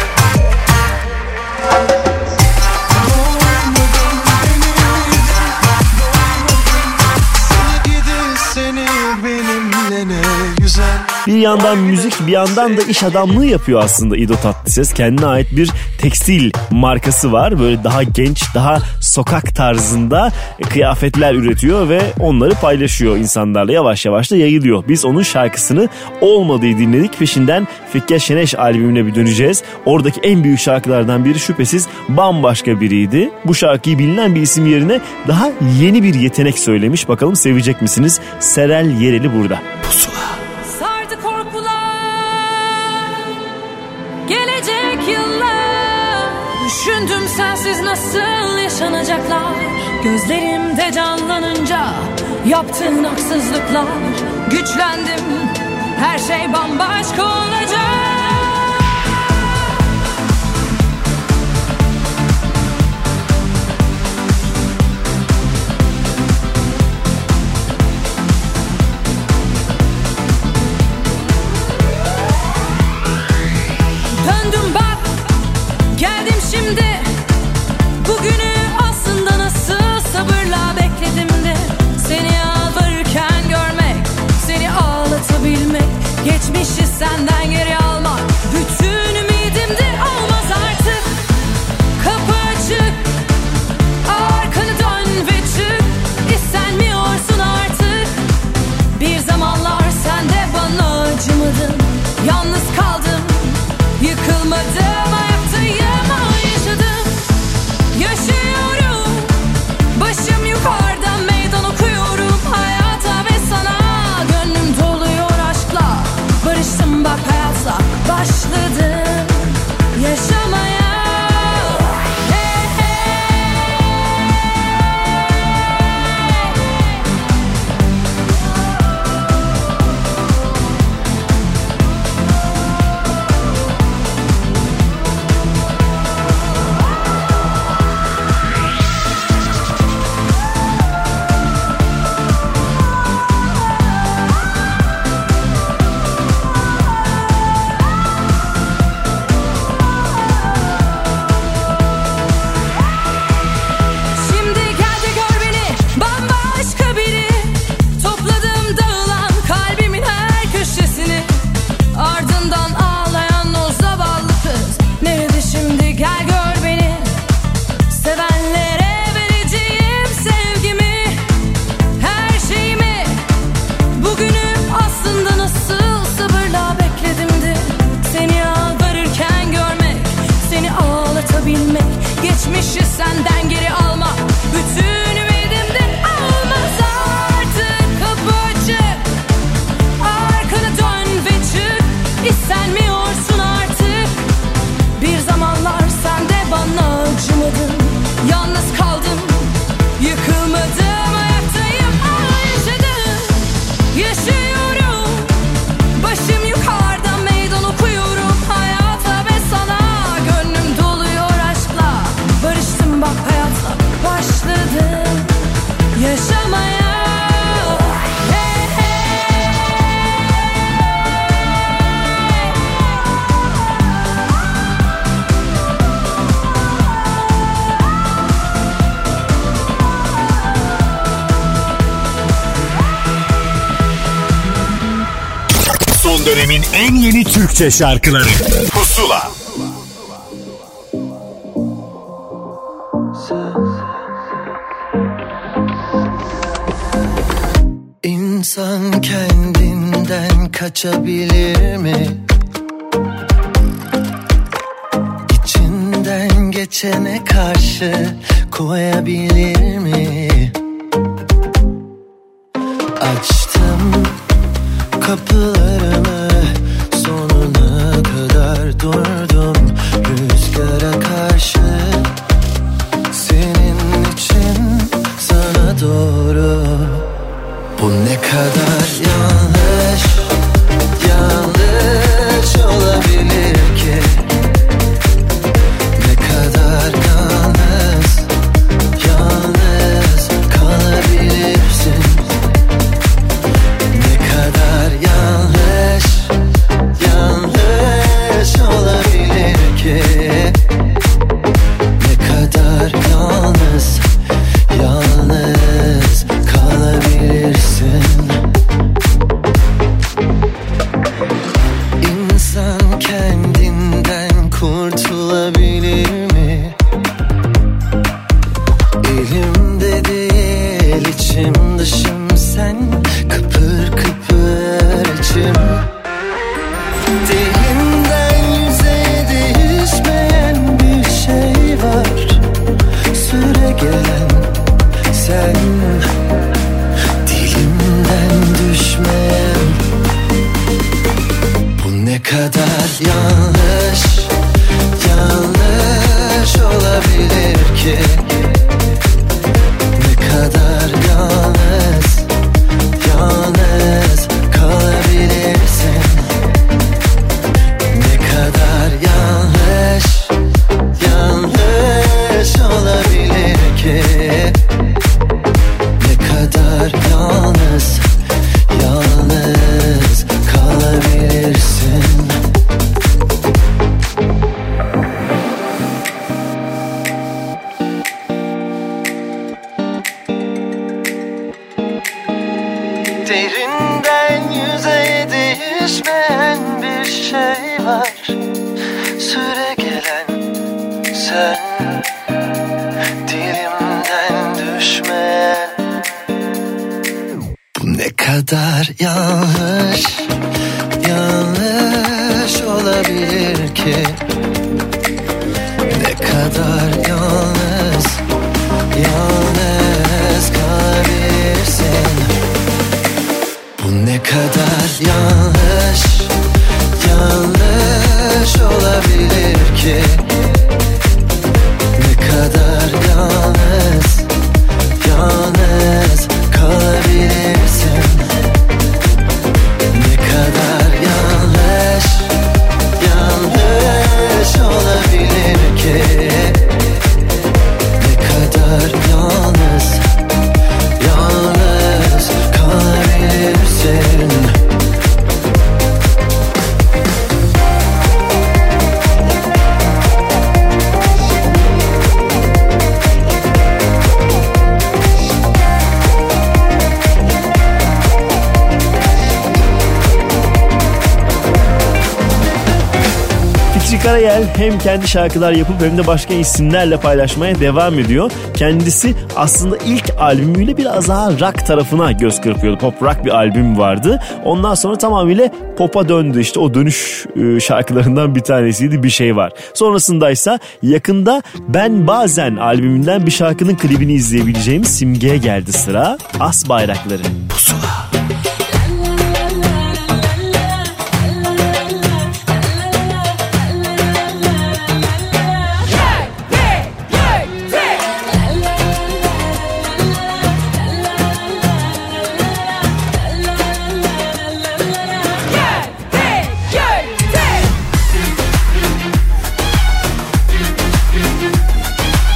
Bir yandan müzik, bir yandan da iş adamlığı yapıyor aslında İdo Tatlıses. Kendine ait bir tekstil markası var. Böyle daha genç, daha sokak tarzında kıyafetler üretiyor ve onları paylaşıyor insanlarla. Yavaş yavaş da yayılıyor. Biz onun şarkısını Olmadı'yı dinledik. Peşinden Fekkar Şeneş albümüne bir döneceğiz. Oradaki en büyük şarkılardan biri şüphesiz Bambaşka Biriydi. Bu şarkıyı bilinen bir isim yerine daha yeni bir yetenek söylemiş. Bakalım sevecek misiniz? Serel Yereli burada. Pusula. Sardı korkular, gelecek yıllar. Düşündüm sensiz nasıl yaşanacaklar. Gözlerimde canlanınca yaptığın haksızlıklar. Güçlendim, her şey bambaşka olacak. Döndüm bak, geldim şimdi. Bugünü aslında nasıl sabırla bekledim de. Seni yalvarırken görmek, seni ağlatabilmek, geçmişi senden geri almak, bütün ümidimdi olmaz artık. Kapı açık, arkanı dön ve çık. İstenmiyorsun artık. Bir zamanlar sen de bana acımadın. Yalnız kaldım, yıkılmadım, ayaktayım ama yaşadım. Yaşıyorum, başım yukarıda meydan okuyorum hayata ve sana. Gönlüm doluyor aşkla, barıştım bak hayatla, başladım yaşamaya. Hey, hey. Son dönemin en yeni Türkçe şarkıları Pusula. İnsan kendinden kaçabilir mi? İçinden geçene karşı koyabilir mi? Açtım kapılarımı, sonuna kadar durdum rüzgara karşı. Senin için sana doğru. Bu ne kadar yanlış, yanlış olabilir ki? Ne kadar yalnız, yalnız kalabilirsin? Ne kadar yanlış, yanlış olabilir ki? Ne kadar yalnız, yalnız kalabilirsin? İnsan kendinden kurtulabilir mi? Elimde değil içim dışım sen, kıpır kıpır içim. Dilimden yüzeye değişmeyen bir şey var, süre gelen sen. Dilimden düşmeyen. Bu ne kadar yanlış, yanlış olabilir ki? Ne kadar yalnız, yalnız kalabilirsin? Ne kadar yanlış, yanlış olabilir ki? Ne kadar yalnız, yalnız kalabilirsin? Derinden yüzeye değişmeyen bir şey var, süre gelen sen. Dilimden düşmeyen. Bu ne kadar yanlış, yanlış olabilir ki? Ne kadar yalnız, yalnız kalabilirsin? Bu ne kadar yanlış, yanlış olabilir ki? Ne kadar yalnız, yalnız kalabilirsin? Ne kadar yanlış, yanlış olabilir ki? Ne kadar yalnız, yalnız kalabilirsin? Fikri Karayel hem kendi şarkılar yapıp hem de başka isimlerle paylaşmaya devam ediyor. Kendisi aslında ilk albümüyle biraz daha rock tarafına göz kırpıyordu. Pop rock bir albüm vardı. Ondan sonra tamamıyla pop'a döndü. İşte o dönüş şarkılarından bir tanesiydi Bir Şey Var. Sonrasındaysa yakında Ben Bazen albümünden bir şarkının klibini izleyebileceğimiz Simge'ye geldi sıra. As Bayrakları. Pusula.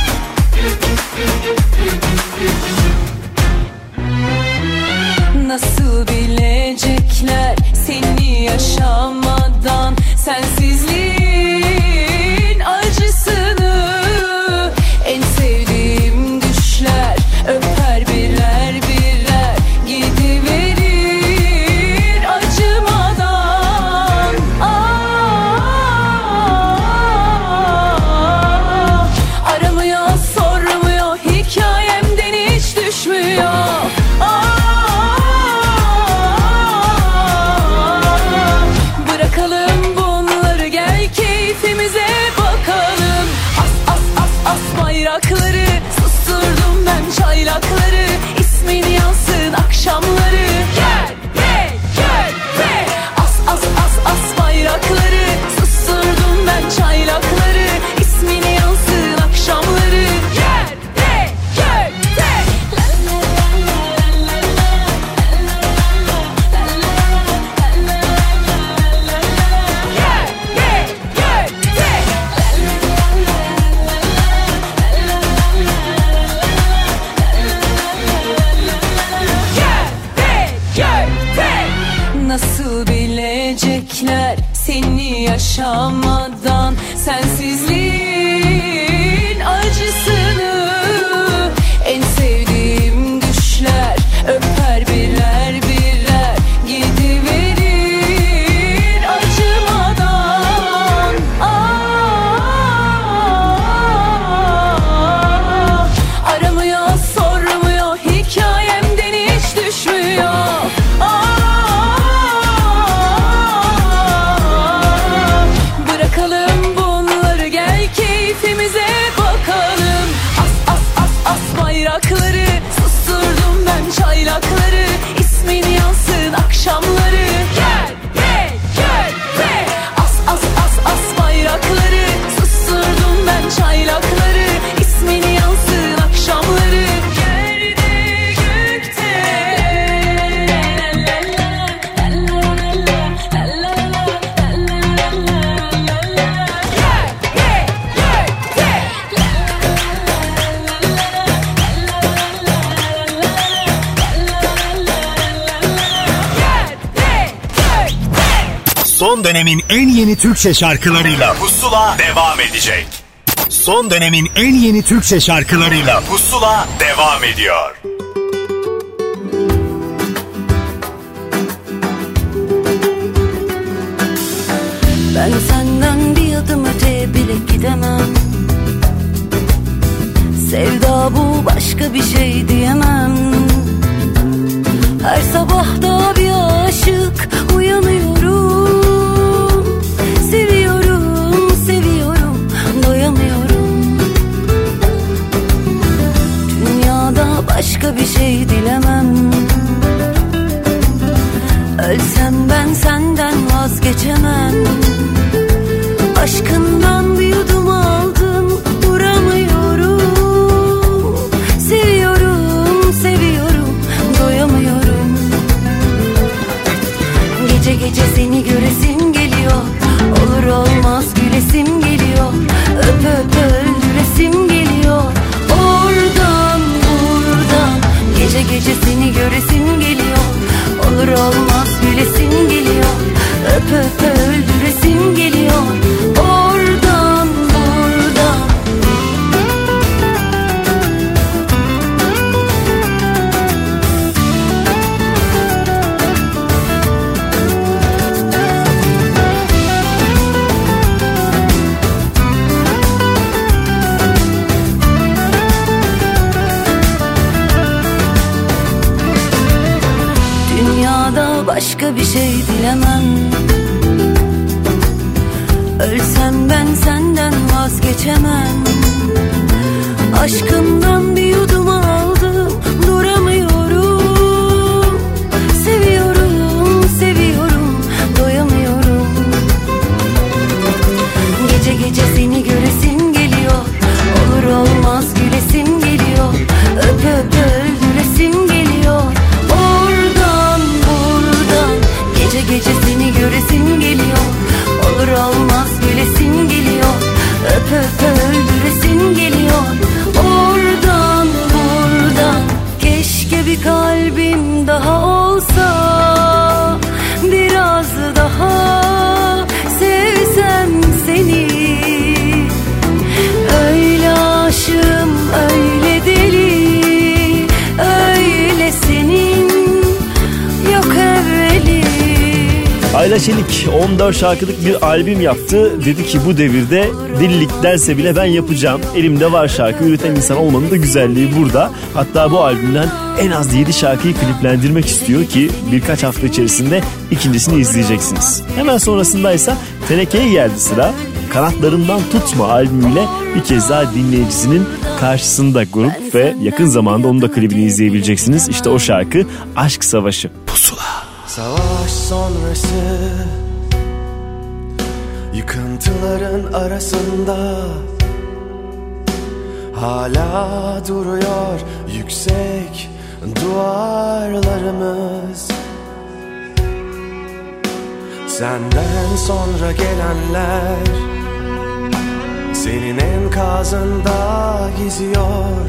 Nasıl yaşamadan sensizliğin acısını. En sevdiğim düşler öper birer birer gidiverir acımadan. Aa, aramıyor sormuyor hikayemden hiç düşmüyor. Aa, bırakalım bunları gel keyfimize bakalım. As as as as bayrakları susturdum ben çaylakları. İsmin yansın akşamları. Gel gel gel gel. As as as as bayrakları susturdum ben çaylakları. İsmin yansın akşamları. Yerde gökte Son dönemin en yeni Türkçe şarkılarıyla Pusula devam edecek. Son dönemin en yeni Türkçe şarkılarıyla Pusula devam ediyor. Ben senden bir adım öteye bile gidemem. Sevda bu başka bir şey diyemem. Her sabah da bir aşık uyanıyorum. Seviyorum, seviyorum, doyamıyorum. Dünyada başka bir şey dilemem. Ölsem ben senden vazgeçemem. Aşkından bir yudum aldım, duramıyorum. Seviyorum, seviyorum, doyamıyorum. Gece gece seni göresim geliyor. Olur olmaz gülesim geliyor. Öp öp öldüresim geliyor. Oradan buradan gece gece seni göresim geliyor. Olur olmaz gülesim geliyor. Öp öp öldüresim geliyor. Oradan buradan. Dünyada başka bir şey dilemem. Ölsem ben senden vazgeçemem. Aşkımdan bir yudum aldım, duramıyorum. Seviyorum, seviyorum, doyamıyorum. Gece gece seni göresim geliyor. Olur olmaz gülesim geliyor. Öp öp öldüresim geliyor. Oradan buradan gece gece seni göresim geliyor. Olur olmaz gülesim geliyor. Öp öp öldüresim geliyor. Oradan buradan. Keşke bir kalbim daha olsa, biraz daha sevsem seni. Öyle aşığım, öyle deli, öyle senin yok evveli. Ayla Çelik on dört şarkılık bir albüm yaptı. Dedi ki bu devirde delilik derse bile ben yapacağım. Elimde var şarkı, üreten insan olmanın da güzelliği burada. Hatta bu albümden en az yedi şarkıyı kliplendirmek istiyor ki birkaç hafta içerisinde ikincisini izleyeceksiniz. Hemen sonrasındaysa Teneke'ye geldi sıra. Kanatlarından Tutma albümüyle bir kez daha dinleyicisinin karşısında grup ve yakın zamanda onun da klibini izleyebileceksiniz. İşte o şarkı Aşk Savaşı. Pusula. Savaş sonrası yıkıntıların arasında hala duruyor yüksek duvarlarımız. Senden sonra gelenler senin enkazında geziyor.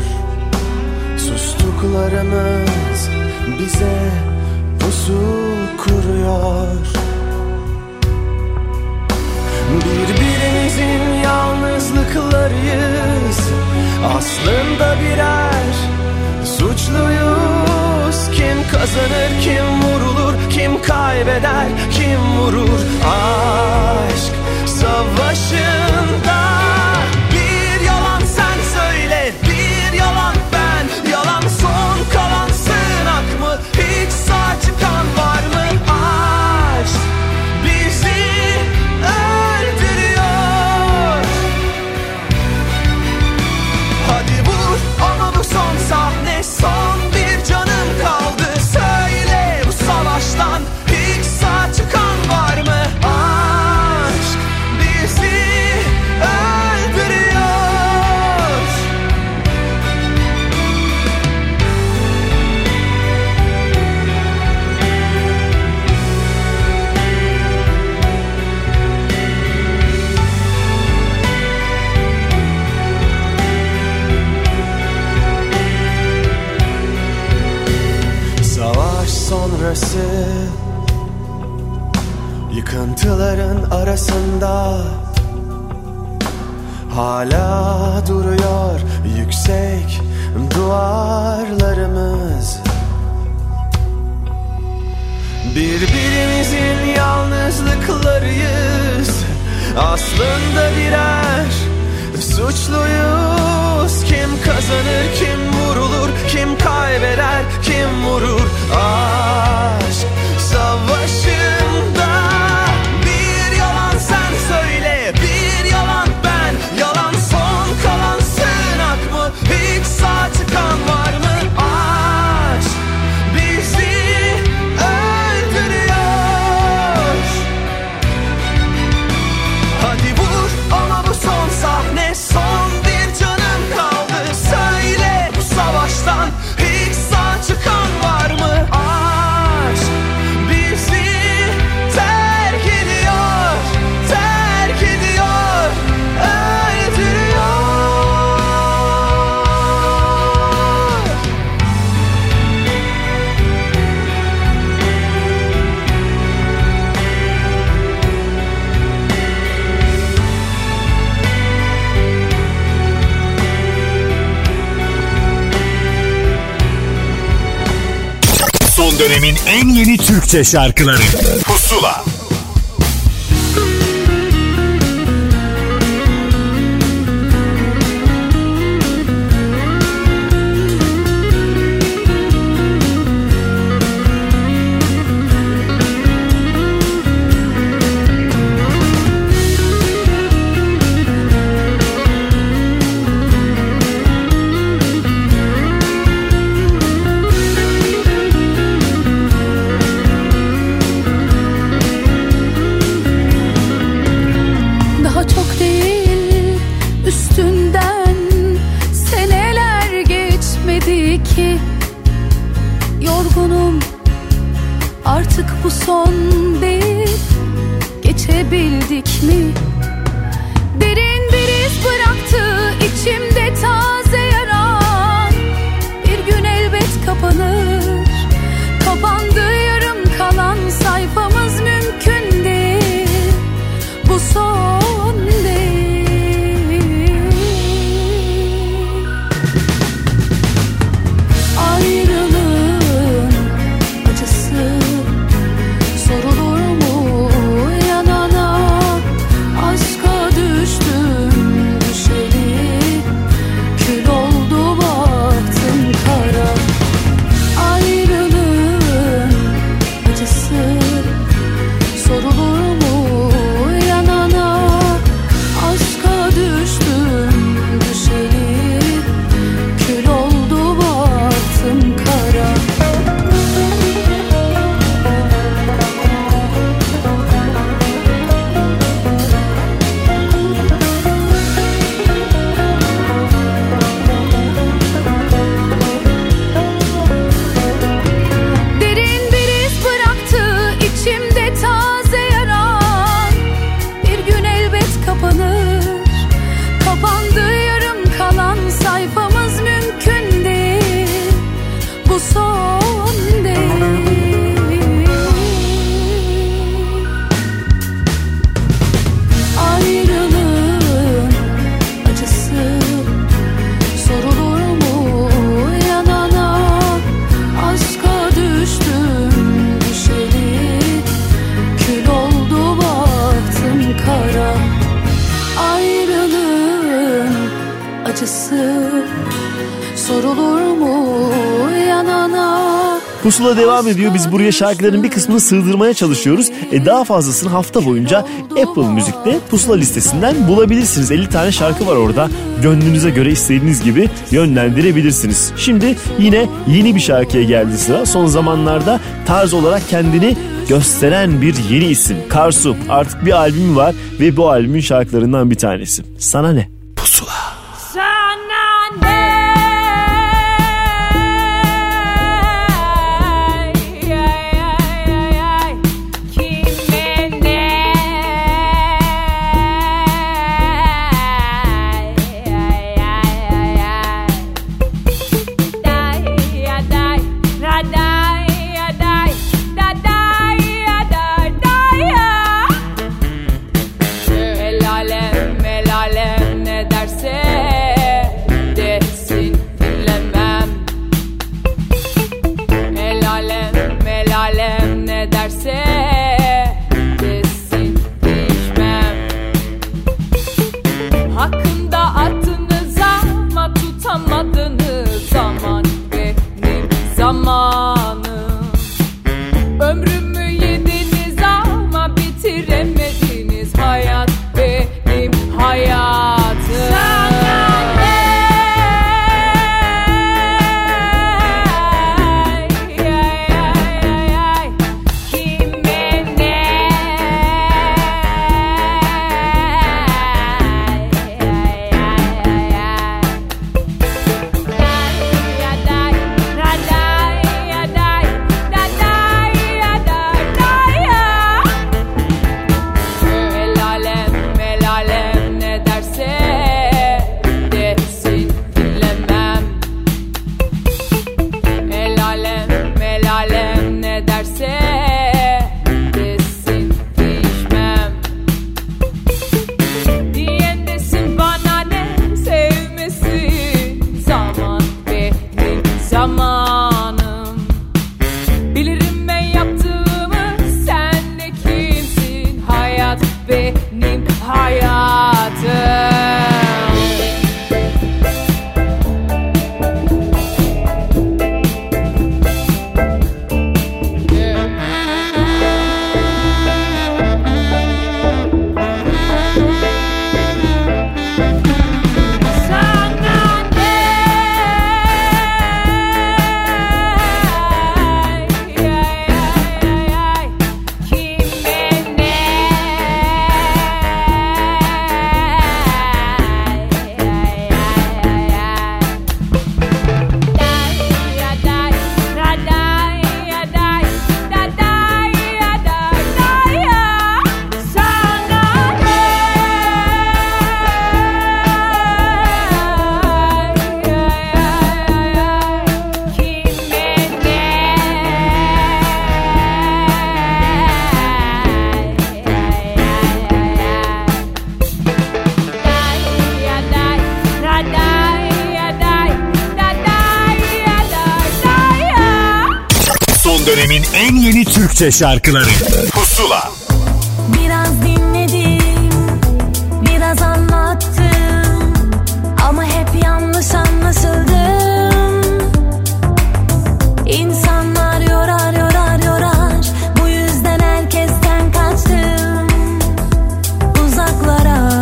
Sustuklarımız bize pusu kuruyor. yollarıyız. Aslında birer suçluyuz. Kim kazanır, kim vurulur, kim kaybeder, kim vurur? Aşk savaşında bir yalan sen söyle, bir yalan ben. Yalan son kalan sığınak mı? Hiç sağ çıkan var mı? Aşk bizi öldürüyor. Hadi vur ama bu son sahne, son bir canım kaldı. Söyle bu savaştan hiç sağ çıkan var mı? Aşk bizi öldürüyor. Savaş sonrası yıkıntıların arasında hala duruyor yüksek duvarlarımız. Birbirimizin yalnızlıklarıyız. Aslında birer suçluyuz. Kim kazanır, kim vurulur, kim kaybeder, kim vurur? Aşk savaşında bir yalan sen söyle, bir yalan ben. Yalan son kalan sığınak mı? Hiç sağ çıkan var mı? Aşk bizi öldürüyor. Hadi vur ama bu son sahne, son bir canım kaldı. Söyle bu savaştan hiç sağ çıkan var mı? Aşk bizi terk ediyor, terk ediyor, öldürüyor. Son dönemin en yeni Türkçe şarkıları Pusula. Daha çok değil üstünden seneler geçmedi ki. Yorgunum artık bu son değil, geçebildik mi? Derin bir iz bıraktı içimde taze yaran. Bir gün elbet kapanır, kapandı yarım kalan sayfamız, mümkün değil. Bu son değil. Ayrılığın acısı sorulur mu yanana? Aşka düştüm düşeli, kül oldu baktım kara. Ayrılığın acısı sorulur mu yanana? acısı sorulur mu yanana? Pusula devam ediyor. Biz buraya şarkıların bir kısmını sığdırmaya çalışıyoruz. E daha fazlasını hafta boyunca Apple Müzik'te Pusula listesinden bulabilirsiniz. elli tane şarkı var orada. Gönlünüze göre istediğiniz gibi yönlendirebilirsiniz. Şimdi yine yeni bir şarkıya geldi sıra. Son zamanlarda tarz olarak kendini gösteren bir yeni isim. Karsu artık bir albümü var ve bu albümün şarkılarından bir tanesi. Sana ne? Pusula. Sana ne? Dönemin en yeni Türkçe şarkıları Pusula. Biraz dinledim, biraz anlattım, ama hep yanlış anlaşıldım. İnsanlar yorar yorar yorar, bu yüzden herkesten kaçtım uzaklara.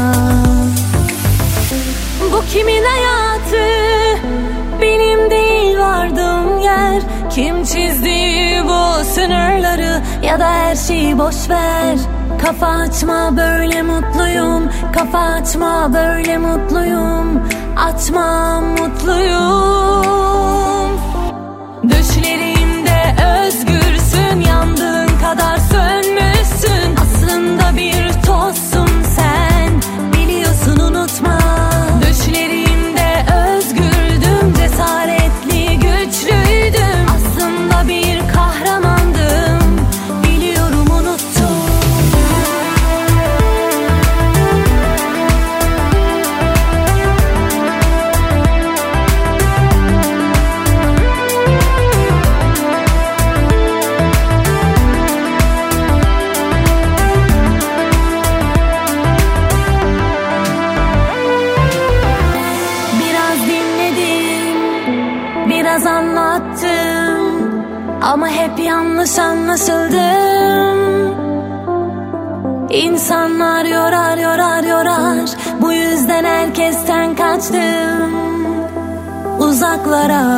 Bu kimin hayatı, benim değil vardığım yer. Kim çizdi bu sınırları, ya da her şeyi boş ver. Kafa açma, böyle mutluyum. Kafa açma, böyle mutluyum. Açma, mutluyum. Düşlerimde özgürsün, yandığın kadar sönmüşsün. Aslında bir tozsun sen, biliyorsun unutma. Düşlerimde özgürdüm, cesaretli, güçlüydüm. Aslında bir kahramandım, biliyorum unuttum. Ama hep yanlış anlaşıldım. İnsanlar yorar yorar yorar, bu yüzden herkesten kaçtım uzaklara.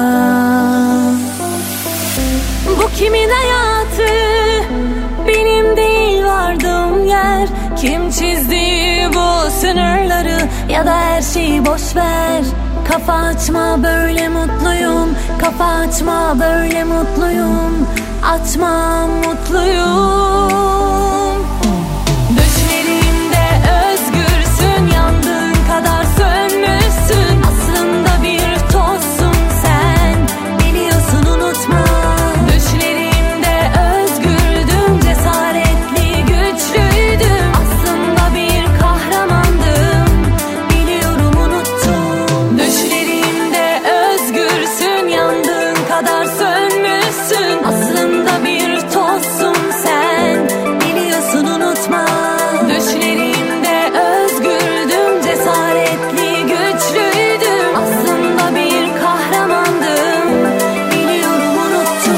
Bu kimin hayatı, benim değil vardığım yer. Kim çizdi bu sınırları, ya da her şeyi boş ver. Kafa açma böyle mutluyum, kafa açma böyle mutluyum, açma mutluyum. Düşlerimde özgürsün, yandığın kadar sönmüşsün. Aslında bir tozsun sen, biliyorsun unutma. Düşlerimde özgürdüm, cesaretli güçlüydüm. Aslında bir kahramandım, biliyorum unuttum. Düşlerimde özgürsün, yandığın kadar sönmüşsün. Aslında bir tozsun sen, biliyorsun unutma. Düşlerimde özgürdüm, cesaretli güçlüydüm. Aslında bir kahramandım, biliyorum unuttum.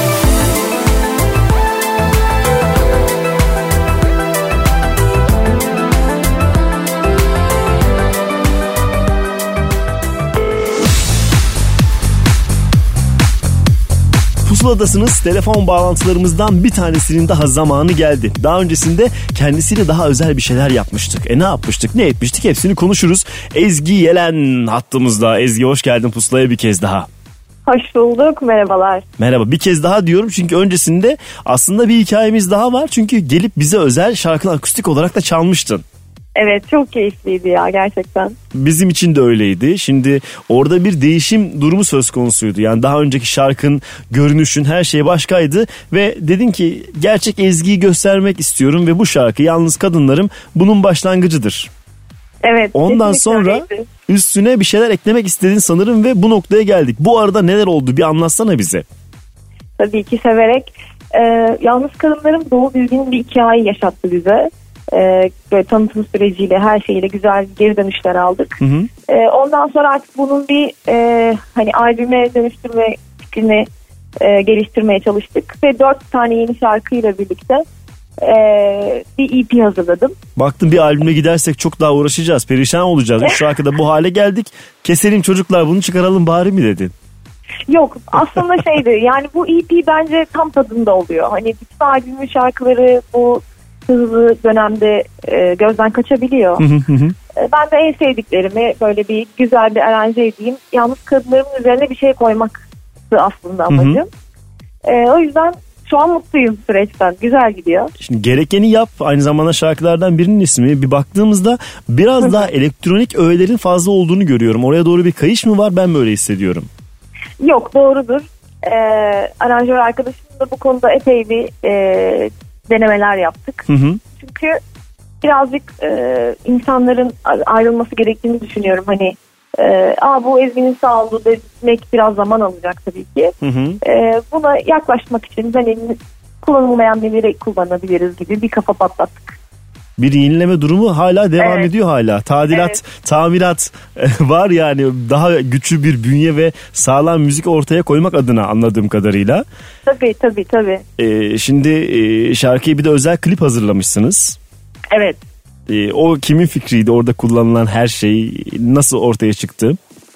Pusuladasınız. Telefon bağlantılarımızdan bir tanesinin daha zamanı geldi. Daha öncesinde kendisiyle daha özel bir şeyler yapmıştık. E ne yapmıştık, ne etmiştik, hepsini konuşuruz. Ezgi Yelen hattımızda. Ezgi, hoş geldin Pusula'ya bir kez daha. Hoş bulduk, merhabalar. Merhaba, bir kez daha diyorum çünkü öncesinde aslında bir hikayemiz daha var. Çünkü gelip bize özel şarkılar akustik olarak da çalmıştın. Evet, çok keyifliydi ya gerçekten. Bizim için de öyleydi. Şimdi orada bir değişim durumu söz konusuydu. Yani daha önceki şarkın, görünüşün, her şey başkaydı. Ve dedin ki gerçek Ezgi'yi göstermek istiyorum ve bu şarkı Yalnız Kadınlarım bunun başlangıcıdır. Evet. Ondan sonra öyleydi. üstüne bir şeyler eklemek istedin sanırım ve bu noktaya geldik. Bu arada neler oldu, bir anlatsana bize. Tabii ki severek. Ee, Yalnız Kadınlarım dolu düzgün bir hikaye yaşattı bize. Ee, böyle tanıtım süreciyle, her şeyle güzel geri dönüşler aldık. Hı hı. Ee, ondan sonra artık bunun bir e, hani albüme dönüştürme fikrini e, geliştirmeye çalıştık ve dört tane yeni şarkıyla birlikte e, bir E P hazırladım. Baktım bir albüme gidersek çok daha uğraşacağız, perişan olacağız. Üç şarkıda bu hale geldik. Keselim çocuklar, bunu çıkaralım bari mi dedin? Yok, aslında şeydi yani bu E P bence tam tadında oluyor. Hani bütün albümün şarkıları bu hızlı dönemde e, gözden kaçabiliyor. e, ben de en sevdiklerimi böyle bir güzel bir aranje edeyim. Yalnız kadınlarımın üzerine bir şey koymaktı aslında amacım. E, o yüzden şu an mutluyum süreçten. Güzel gidiyor. Şimdi gerekeni yap. Aynı zamanda şarkılardan birinin ismi. Bir baktığımızda biraz daha elektronik öğelerin fazla olduğunu görüyorum. Oraya doğru bir kayış mı var? Ben böyle hissediyorum. Yok, doğrudur. E, aranjör arkadaşımla bu konuda epey bir e, denemeler yaptık. Hı hı. Çünkü birazcık e, insanların ayrılması gerektiğini düşünüyorum. Hani e, Aa, bu Ezgi'nin sound'u demek biraz zaman alacak tabii ki. Hı hı. E, buna yaklaşmak için hani kullanılmayan neleri kullanabiliriz gibi bir kafa patlattık. Bir yenileme durumu hala devam Evet. ediyor hala. Tadilat, Evet. tamirat var yani, daha güçlü bir bünye ve sağlam müzik ortaya koymak adına anladığım kadarıyla. Tabii tabii tabii. Ee, şimdi e, şarkıyı bir de özel klip hazırlamışsınız. Evet. Ee, o kimin fikriydi, orada kullanılan her şey nasıl ortaya çıktı?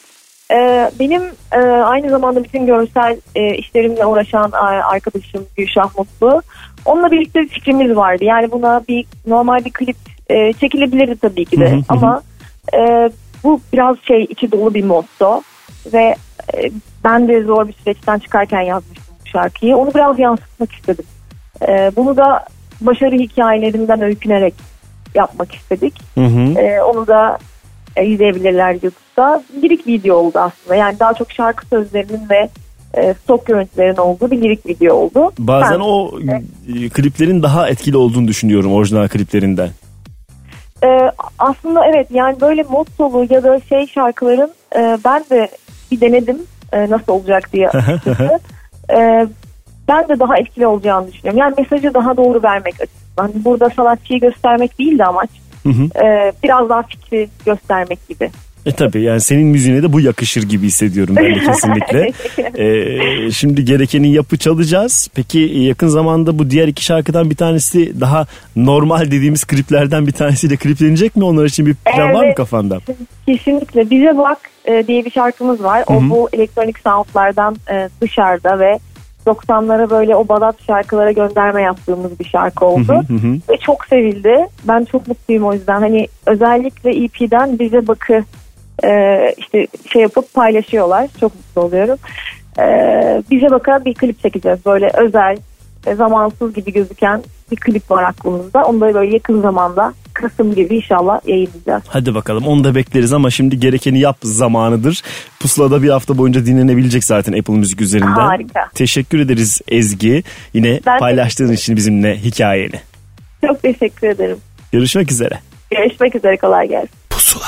Ee, benim e, aynı zamanda bütün görsel e, işlerimle uğraşan a- arkadaşım Gülşah Mutlu. Onunla birlikte bir fikrimiz vardı. Yani buna bir normal bir klip e, çekilebilirdi tabii ki de. Hı hı hı. Ama e, bu biraz şey içi dolu bir motto. Ve e, ben de zor bir süreçten çıkarken yazmıştım bu şarkıyı. Onu biraz yansıtmak istedim. E, bunu da başarı hikayelerinden öykünerek yapmak istedik. Hı hı. E, onu da e, izleyebilirler YouTube'da. Lirik video oldu aslında. Yani daha çok şarkı sözlerinin ve e, stok görüntülerin olduğu bir lirik video oldu. Bazen Ben, o e, kliplerin daha etkili olduğunu düşünüyorum orijinal kliplerinden. e, aslında evet, yani böyle mottolu ya da şey şarkıların e, ben de bir denedim e, nasıl olacak diye açıkçası. e, ben de daha etkili olacağını düşünüyorum. Yani mesajı daha doğru vermek açısından. Burada sanatçıyı göstermek değil de amaç. Hı hı. e, biraz daha fikri göstermek gibi. E tabii yani senin müziğine de bu yakışır gibi hissediyorum ben de kesinlikle. ee, şimdi gerekeni yapı çalacağız. Peki yakın zamanda bu diğer iki şarkıdan bir tanesi daha normal dediğimiz kliplerden bir tanesiyle kliplenecek mi? Onlar için bir plan evet, var mı kafanda? Kesinlikle. Bize Bak e, diye bir şarkımız var. O Hı-hı. bu elektronik soundlardan e, dışarıda ve doksanlara böyle o balat şarkılara gönderme yaptığımız bir şarkı oldu. Hı hı hı. Ve çok sevildi. Ben çok mutluyum o yüzden. Hani özellikle E P'den Bize Bak'ı Ee, işte şey yapıp paylaşıyorlar. Çok mutlu oluyorum. Ee, Bize Bak'a bir klip çekeceğiz. Böyle özel, e, zamansız gibi gözüken bir klip var aklımızda. Onu da böyle yakın zamanda Kasım gibi inşallah yayınlayacağız. Hadi bakalım, onu da bekleriz ama şimdi gerekeni yap zamanıdır. Pusula'da bir hafta boyunca dinlenebilecek zaten Apple Müzik üzerinden. Harika. Teşekkür ederiz Ezgi. Yine ben paylaştığın için bizimle hikayeni. Çok teşekkür ederim. Görüşmek üzere. Görüşmek üzere, kolay gelsin. Pusula.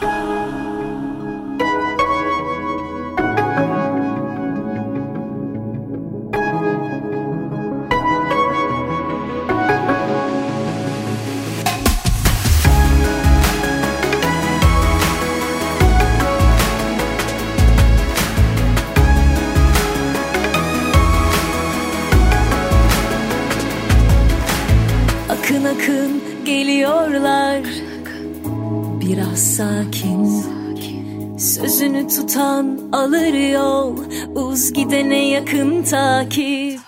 Akın akın geliyorlar, biraz sakin, sözünü tutan alır yol, uz gidene yakın takip.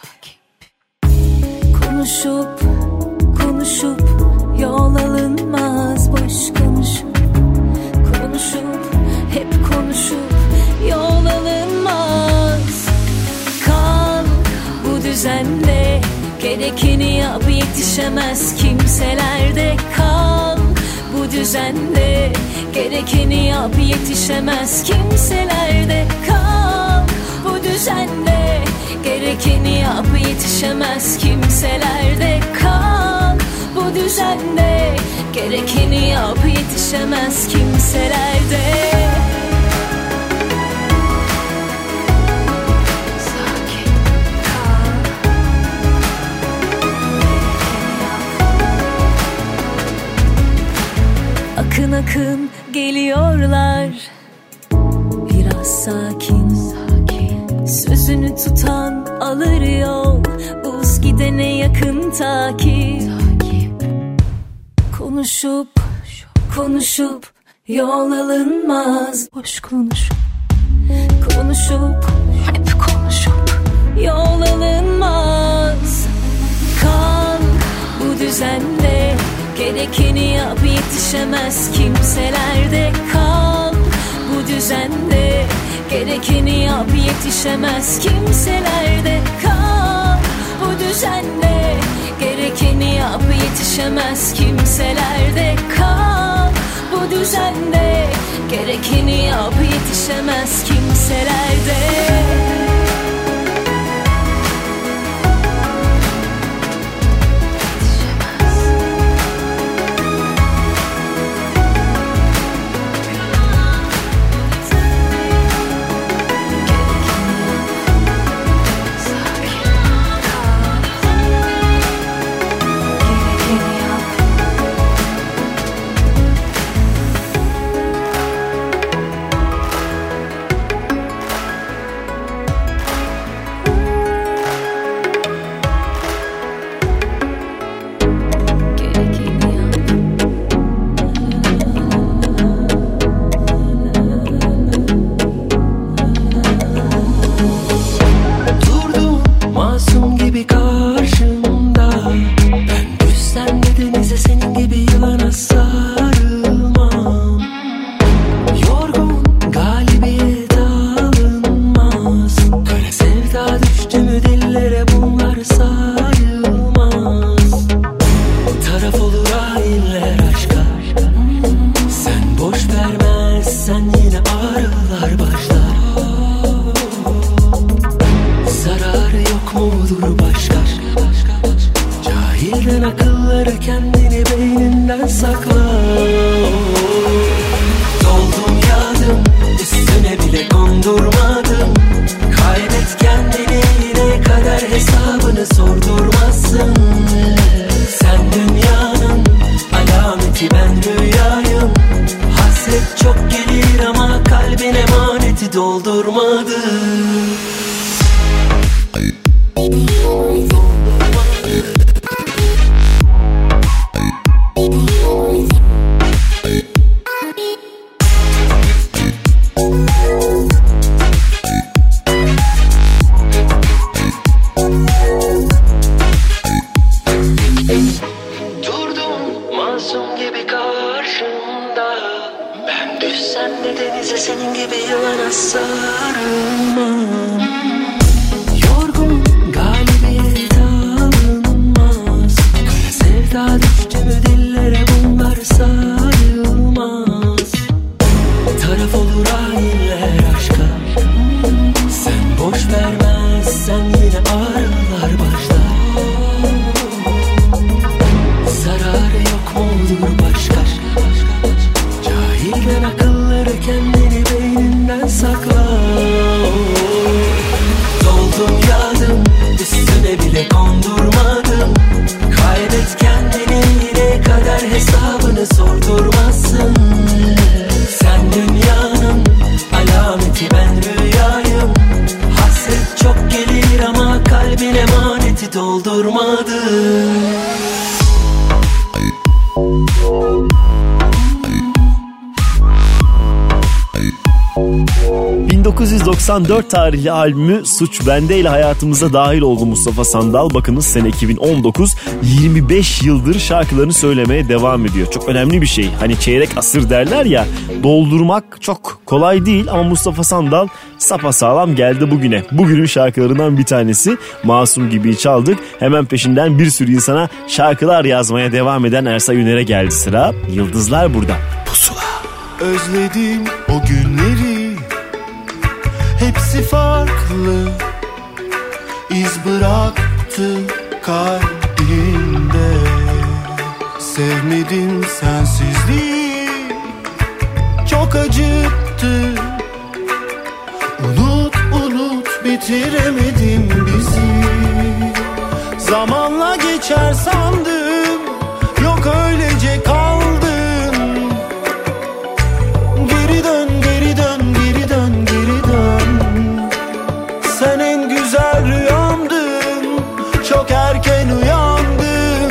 Konuşup konuşup yol alınmaz, boş konuşup konuşup hep konuşup yol alınmaz. Kal bu düzende, gerekeni yap, yetişemez kimselerde. Kal bu düzende, gerekeni yap, yetişemez kimselerde. Kal bu düzende, gerekeni yap, yetişemez kimselerde. Kal bu düzende, gerekeni yap, yetişemez kimselerde. Akın akın geliyorlar, biraz sakin, sözünü tutan alır yol, uz gidene yakın takip. Konuşup konuşup yol alınmaz, boş konuşup konuşup hep konuşup yol alınmaz. Kal bu düzende, gerekeni yap, yetişemez kimselerde. Kal bu düzende, gerekeni yap, yetişemez kimselerde. Kal bu düzende, gerekeni yap, yetişemez kimselerde. Kal bu düzende, gerekeni yap, yetişemez kimselerde. Cahilden akılları kendini beyninden saklar. Hasret çok gelir ama kalbin emaneti doldurmadı. Senin gibi yılana sarılmam. Yorgun galibiyet alınmaz. Kara sevda düştü mü dillere bunlar sayılmaz. Taraf olur hainler aşka. Sen boş vermezsen yine ağrılar başlar. Zararı yok mu olur başka? Cahilden akılları kendini beyninden sakla. Doldum yağdım üstüne bile kondurmadım. Kaybet kendini yine kadar hesabını sordurmazsın. Sen dünyanın alameti ben rüyayım. Hasret çok gelir ama kalbin emaneti doldurmadım. bin dokuz yüz doksan dört tarihli albümü Suç Bende ile hayatımıza dahil oldu Mustafa Sandal. Bakınız sene iki bin on dokuz, yirmi beş yıldır şarkılarını söylemeye devam ediyor. Çok önemli bir şey. Hani çeyrek asır derler ya, doldurmak çok kolay değil ama Mustafa Sandal sapasağlam geldi bugüne. Bugünün şarkılarından bir tanesi Masum Gibi'yi çaldık. Hemen peşinden bir sürü insana şarkılar yazmaya devam eden Ersay Üner'e geldi sıra. Yıldızlar burada. Pusula. Özledim o günleri, hepsi farklı, iz bıraktı kalbimde. Sevmedim sensizliği, çok acıttı. Unut unut bitiremedim bizi. Zamanla geçer sandım, yok öylece kaldım. Geri dön, geri dön, geri dön, geri dön. Sen en güzel rüyamdın, çok erken uyandım.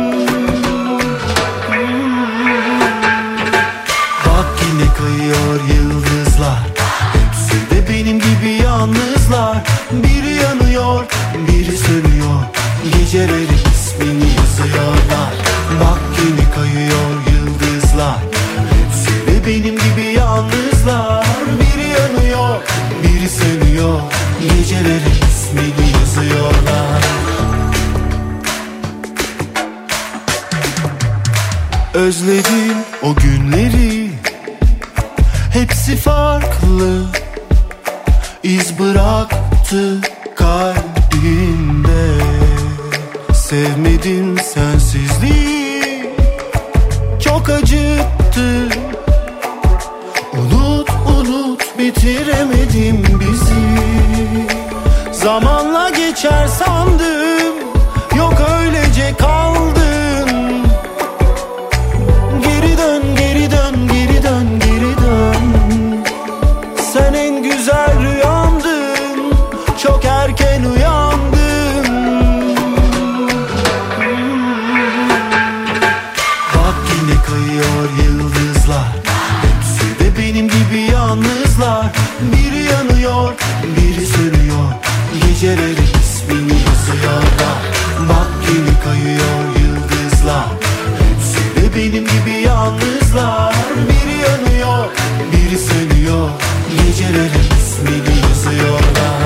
Bak yine kayıyor yıldızlar, hepsi de benim gibi yalnızlar. Biri yanıyor, biri sönüyor, geceleri ismini yazıyorlar. Bak yine kayıyor yıldızlar, hepsi de benim gibi yalnızlar. Biri yanıyor, biri sönüyor, geceleri ismini yazıyorlar. Özledim o günleri, hepsi farklı, iz bıraktı kalbimde. Sevmedim sensizliği, çok acıttı. Unut unut bitiremedim bizi. Zamanla geçer sandım, yok öylece kaldım. Geri dön, geri dön, geri dön, geri dön. Sen en güzel rüyamdın, çok erken uyandım. Bak yine kayıyor yıldızlar, hepsi de benim gibi yalnızlar. Biri yanıyor, biri sönüyor, geceleri ismini yazıyorlar. Bak yine kayıyor yıldızlar, hepsi de benim gibi yalnızlar. Biri yanıyor, biri sönüyor, geceleri ismini yazıyorlar.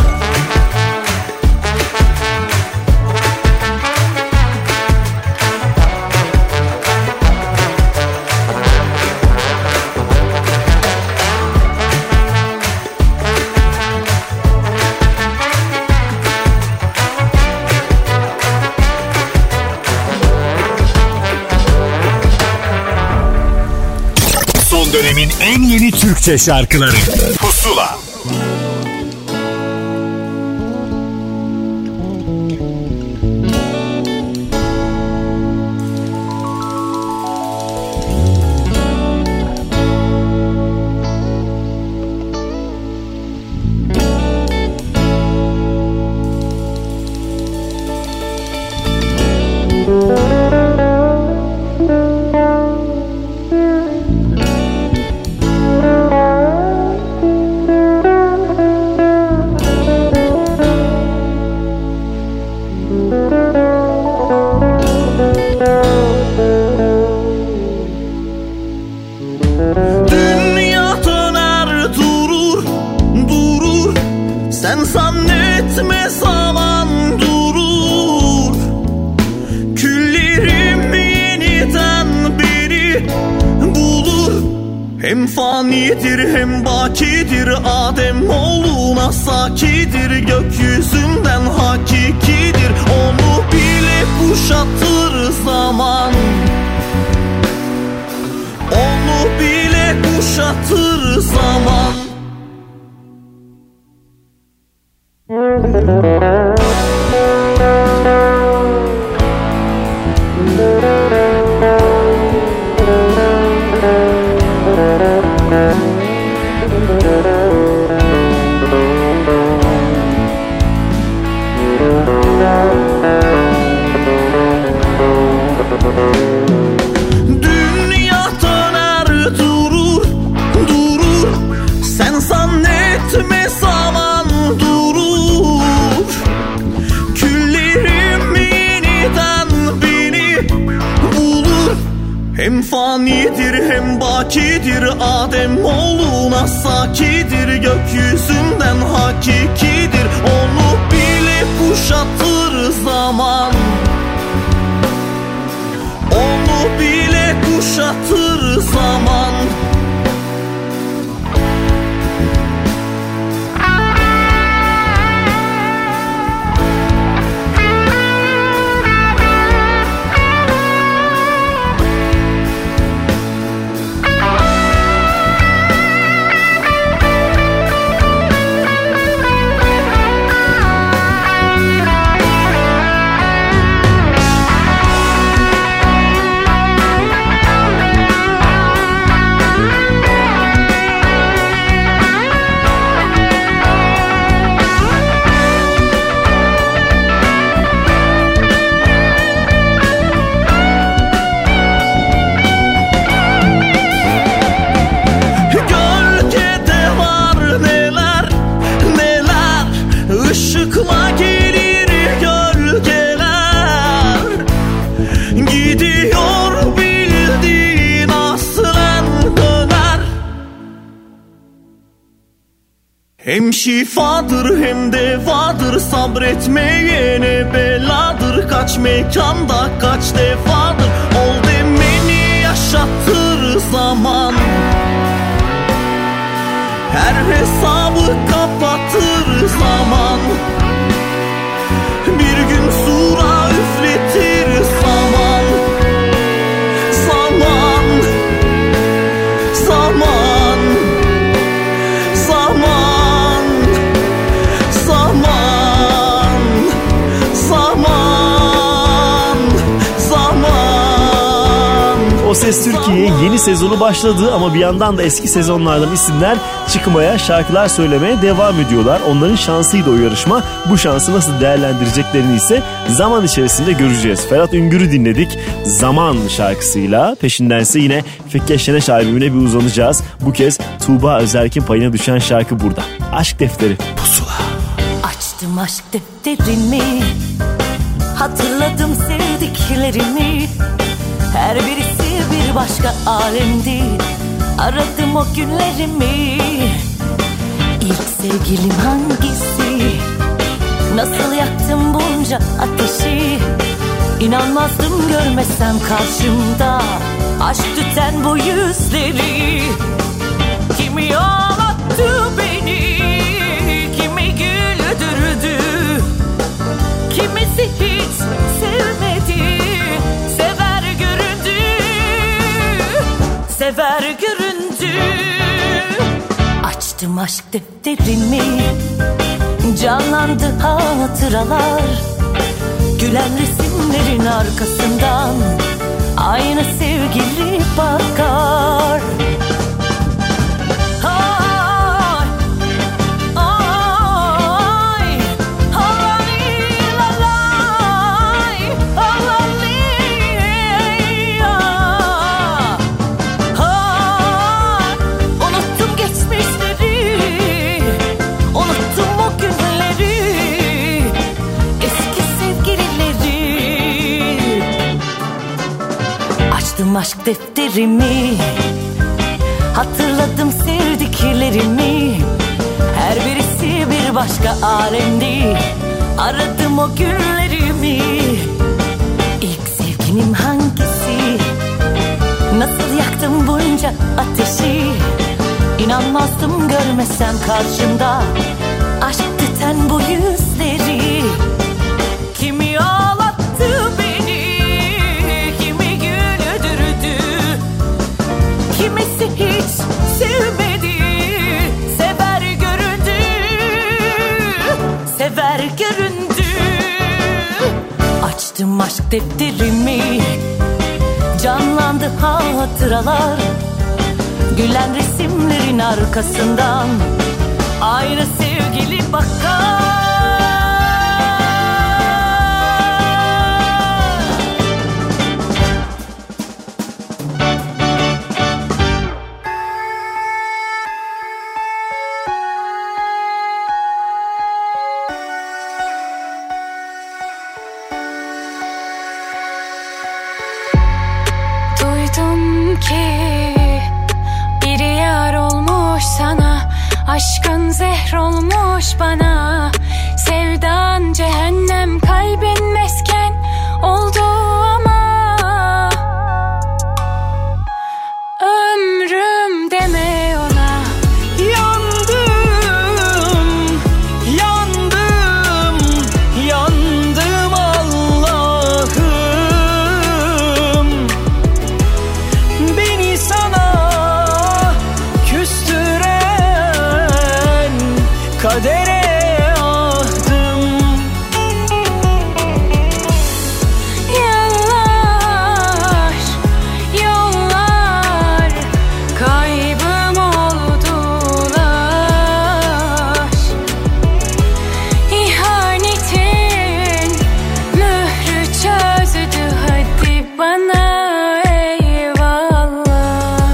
Son dönemin en yeni Türkçe şarkıları Pusula. Dünya döner durur, durur. Sen zannetme zaman durur. Küllerim yeniden beni bulur. Hem fanidir hem bakidir. Adem oğluna sakidir. Gökyüzünden hakikidir. Onu bile kuşatır zaman. Onu bile kuşatır zaman. Dünya döner durur, durur. Sen zannetme zaman durur. Küllerim yeniden beni bulur. Hem fanidir hem bakidir. Adem oğluna sakidir. Gökyüzünden hakikidir. Onu bile kuşatır zaman. Onu bile kuşatır zaman. Işıkla gelir gölgeler. Gidiyor bildiğin aslen döner. Hem şifadır hem devadır. Sabretmeyene beladır. Kaç mekanda kaç defadır. Ol demeni yaşatır zaman. Her hesabı kapatır zaman. Bir gün sura üfletir zaman. Zaman. Zaman. Zaman. Zaman. Zaman. Zaman. O Ses Türkiye yeni sezonu başladı ama bir yandan da eski sezonlardan isimler çıkmaya, şarkılar söylemeye devam ediyorlar. Onların şansıydı o yarışma. Bu şansı nasıl değerlendireceklerini ise zaman içerisinde göreceğiz. Ferhat Üngür'ü dinledik Zaman şarkısıyla. Peşindense yine Fekke Şeneş albümüne bir uzanacağız. Bu kez Tuğba Özerk'in payına düşen şarkı burada. Aşk Defteri. Pusula. Açtım aşk defterimi, hatırladım sevdiklerimi. Her birisi bir başka alemdi. Aradım o günlerimi. İlk sevgilim hangisi? Nasıl yaktım bunca ateşi? İnanmazdım görmesem karşımda aşk tüten bu yüzleri. Kimi ağlattı beni, kimi güldürdü, kimisi hiç sevmedi. Sever göründü, sever göründü. Açtım aşk defterimi, canlandı hatıralar. Gülen resimlerin arkasından aynı sevgili bakar. Ay, ay, halali lalay, halali ya. Ay, unuttum geçmişleri, unuttum o günleri, eski sevgilileri. Açtım aşk defterimi, Hatırladım sevdiklerimi, her birisi bir başka alemdi. Aradım o günlerimi, İlk sevgilim hangisi? Nasıl yaktım bunca ateşi? İnanmazdım görmesem karşımda aşk tüten bu yüzleri. Kimi ağlattı beni, kimi güldürdü, kimisi hiç sevmedi. Sever göründü, sever göründü. Açtım aşk defterimi, canlandı hatıralar. Gülen resimlerin arkasından aynı sevgili bakar. Duydum ki biri yar olmuş sana, aşkın zehr olmuş bana. Sevdan cehennem, kalbin mesken oldu ama ömrüm deme ona. Yandım, yandım, yandım Allah'ım. Beni sana küstüren kadere ahdım. Yıllar, yollar kaybım oldular. İhanetin mührü çözdü, hadi bana eyvallah.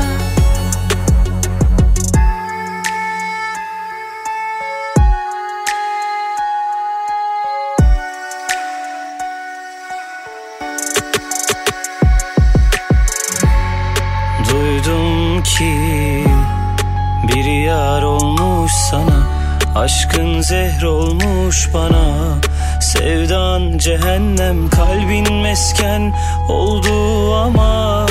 Duydum ki biri yar olmuş sana, aşkın zehr olmuş bana. Sevdan cehennem, kalbin mesken oldu ama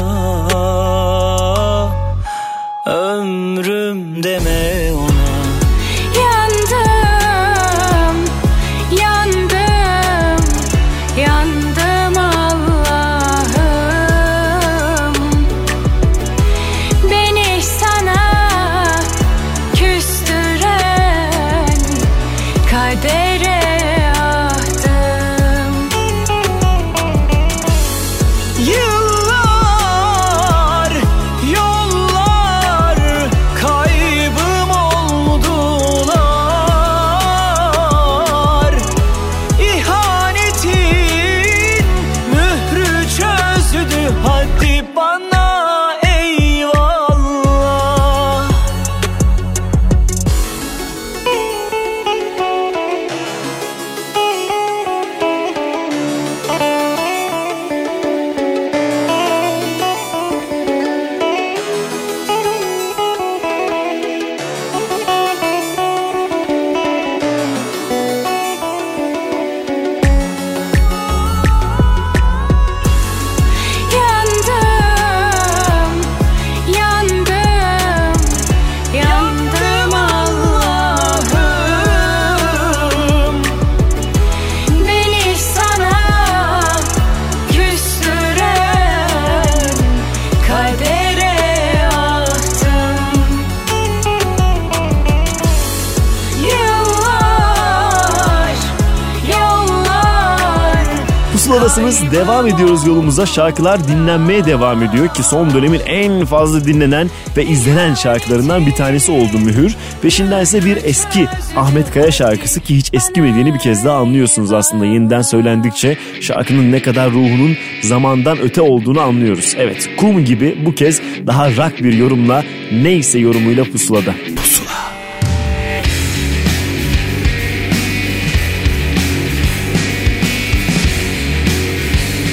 ömrüm deme ona. Yandım, yandım, yandım Allah'ım. Beni sana küstüren kadere ahdım. Yıllar, yollar kaybım oldular. İhanetin mührü çözdü, hadi bana eyvallah. Yandım, yandım, yandım Allah'ım. Beni sana küstüren kadere ahdım. Yıllar, yollar Pusuladasınız, devam ediyoruz yolumuza. Şarkılar dinlenmeye devam ediyor ki son dönemin en fazla dinlenen ve izlenen şarkılarından bir tanesi oldu Mühür. Peşinden ise bir eski Ahmet Kaya şarkısı ki hiç eskimediğini bir kez daha anlıyorsunuz aslında. Yeniden söylendikçe şarkının ne kadar ruhunun zamandan öte olduğunu anlıyoruz. Evet, Kum gibi bu kez daha rock bir yorumla, neyse yorumuyla Pusula'da. Pusula.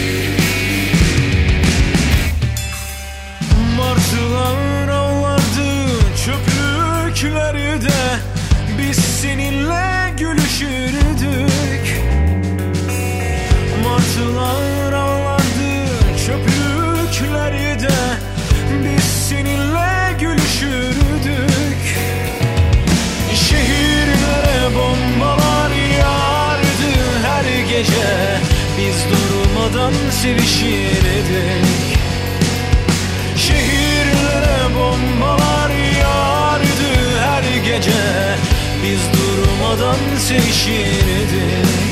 Martılar avlardı seninle gülüşürdük. Martılar ağlardı çöplüklerde, biz seninle gülüşürdük. Şehirlere bombalar yağardı her gece, biz durmadan sevişirdik. Şehirlere bombalar yağardı her gece, biz durmadan sevişirdik.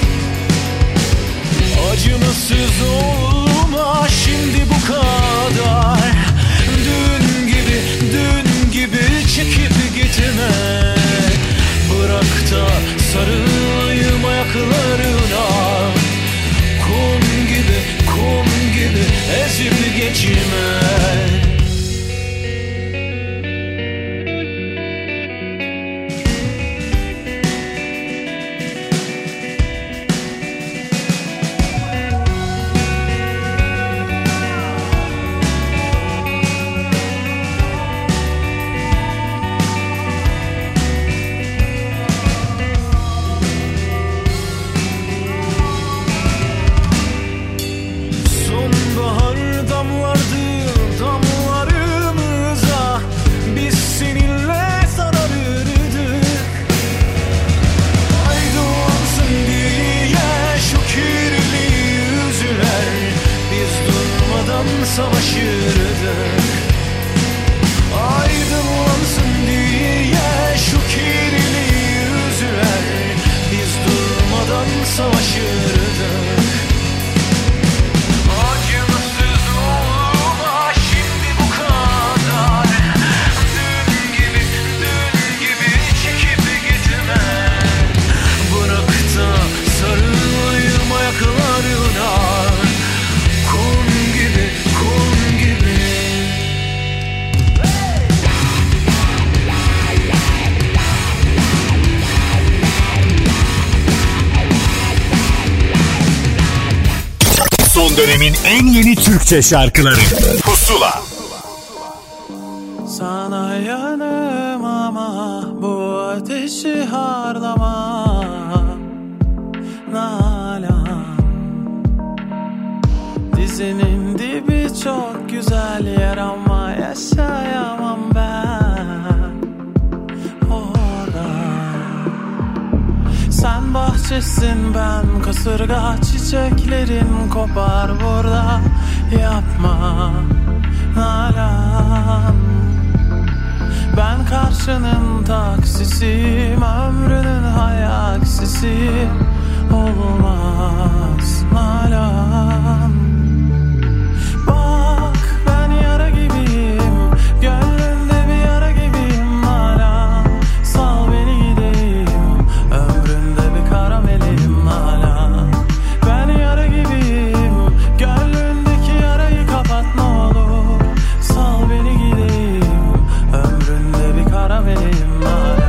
Acımasız olma şimdi bu kadar, dün gibi dün gibi çekip gitme. Bırak da sarılayım ayaklarına, kum gibi kum gibi ezip geçme. Savaşırdık, aydınlansın diye şu kirli yüzler, biz durmadan savaşırdık. Acımasız olma şimdi bu kadar, dün gibi dün gibi çekip gitme. Bırak da sarılayım ayaklarına, kum gibi kum gibi. Son dönemin en yeni Türkçe şarkıları Pusula. Sana yanım ama bu ateşi harlama Nalan. Dizinin dibi çok güzel yer ama yaşayamam ben orada. Sen bahçesin ben kasırga, çiçeklerin kopar burada. Yapma Nalan. Ben karşının taksisiyim, ömrünün hayaksisiyim. Olmaz Nalan. Bak ben yara gibiyim, gönlünde bir yara gibiyim Nalan. Sal beni gideyim, ömründe bir karamelim Nalan. Ben yara gibiyim, gönlündeki yarayı kapat ne olur. Sal beni gideyim, ömründe bir karamelim Nalan.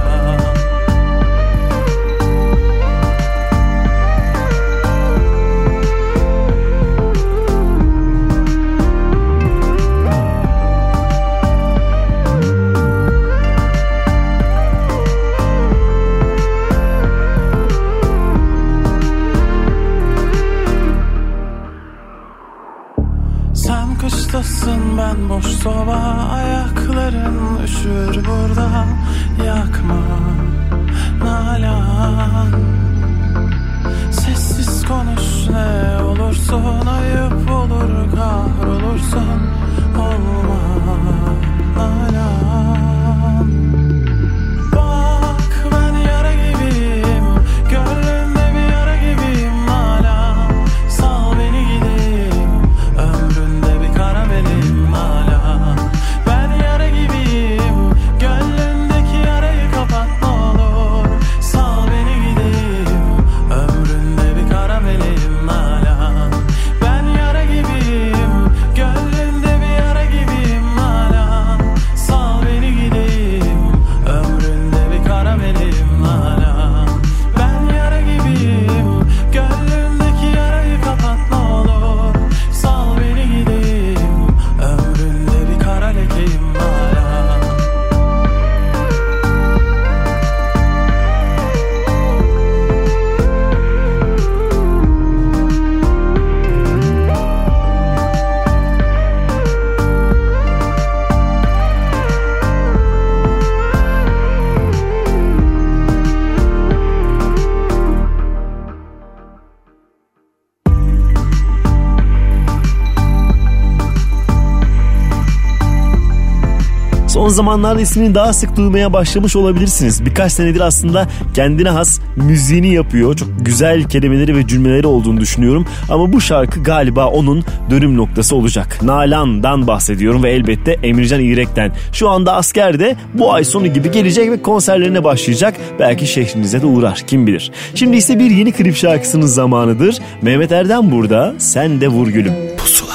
Sen kıştasın ben boş soba, ayakların üşür burada. Yakma Nalan. Sessiz konuş ne olursun, ayıp olur kahrolursun. Olma Nalan. Bak ben yara gibiyim, gönlünde bir yara gibiyim Nalan. Sal beni gideyim, ömründe bir karamelim Nalan. Ben yara gibiyim, gönlündeki yarayı kapat ne olur. Sal beni gideyim, ömründe bir karamelim Nalan. Ben yara gibiyim, gönlünde bir yara gibiyim Nalan. Son zamanlarda ismini daha sık duymaya başlamış olabilirsiniz. Birkaç senedir aslında kendine has müziğini yapıyor. Çok güzel kelimeleri ve cümleleri olduğunu düşünüyorum. Ama bu şarkı galiba onun dönüm noktası olacak. Nalan'dan bahsediyorum ve elbette Emircan İğrek'ten. Şu anda askerde, bu ay sonu gibi gelecek ve konserlerine başlayacak. Belki şehrinize de uğrar, kim bilir. Şimdi ise bir yeni klip şarkısının zamanıdır. Mehmet Erdem burada, Sen de Vur Gülüm. Pusula.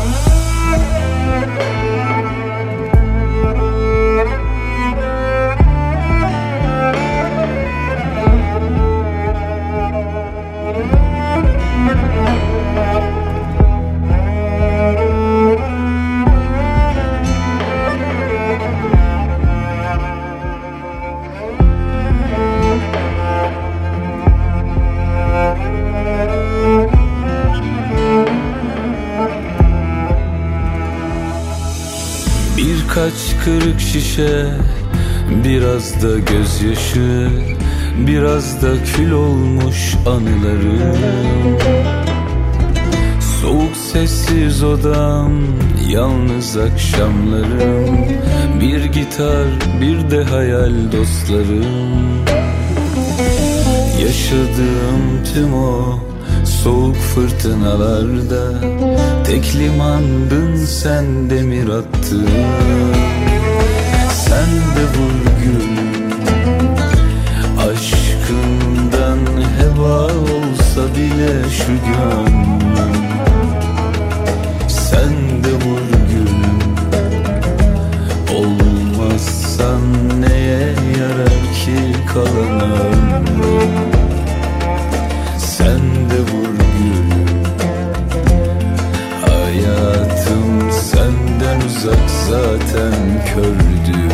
Birkaç kırık şişe, biraz da gözyaşı, biraz da kül olmuş anılarım. Soğuk sessiz odam, yalnız akşamlarım. Bir gitar, bir de hayal dostlarım. Yaşadığım tüm o soğuk fırtınalarda tek limandın sen, demir attın. Sen de vur gülüm, aşkından heba olsa bile şu gönlüm. Sen de vur gülüm, olmazsan neye yarar ki kalan ömrüm. Sen de vur gülüm, hayatım senden uzak zaten kördü.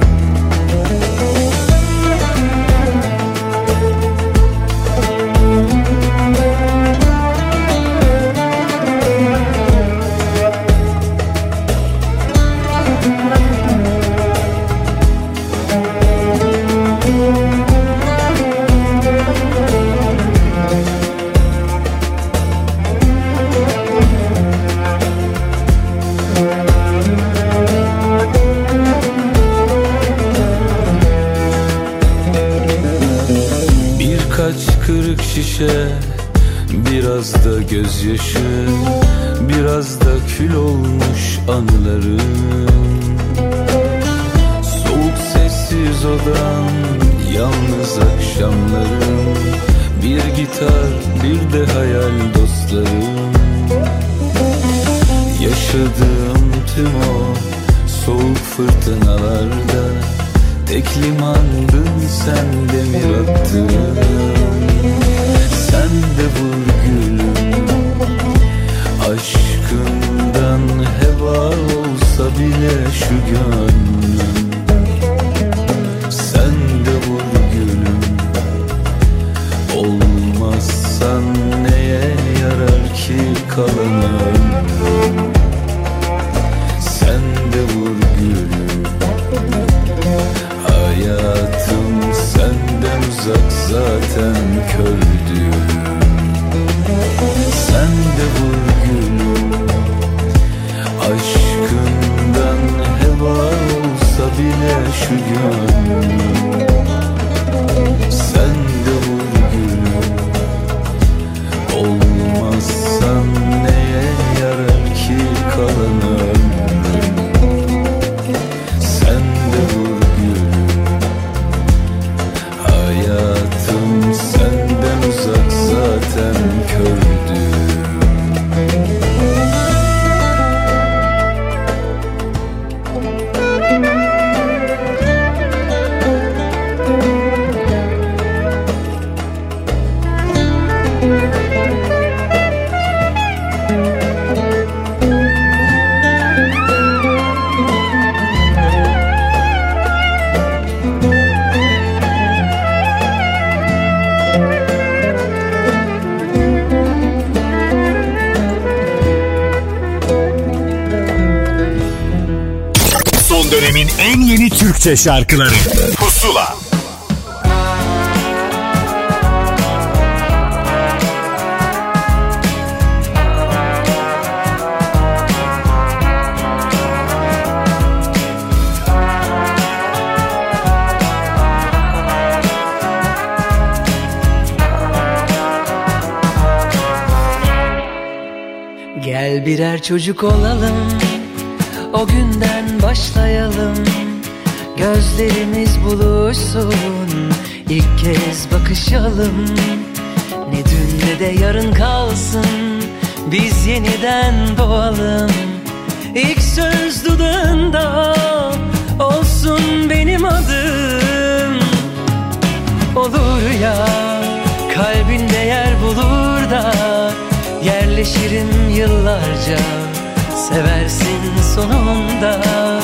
Kırık şişe, biraz da gözyaşı, biraz da kül olmuş anılarım. Soğuk sessiz odam, yalnız akşamlarım. Bir gitar, bir de hayal dostlarım. Yaşadığım tüm o soğuk fırtınalarda tek limandın sen, demir attın. Sen de vur gülüm, aşkından heba olsa bile şu gönlüm. Sen de vur gülüm, olmazsan neye yarar ki kalan ömrüm. Sen de vur gülüm, hayatım senden uzak zaten kördü. Sen de vur gülüm, aşkından heba olsa bile şu gönlüm. Sen de vur gülüm, olmazsan neye yarar ki kalan ömrüm. Sen de vur gülüm, hayatım senden uzak zaten kördü. Son dönemin en yeni Türkçe şarkıları Pusula. Gel birer çocuk olalım, o günden başlayalım. Gözlerimiz buluşsun, ilk kez bakışalım. Ne dün ne de yarın kalsın, biz yeniden doğalım. İlk söz dudağında olsun benim adım. Olur ya kalbinde yer bulur da yerleşirim yıllarca, seversin sonunda.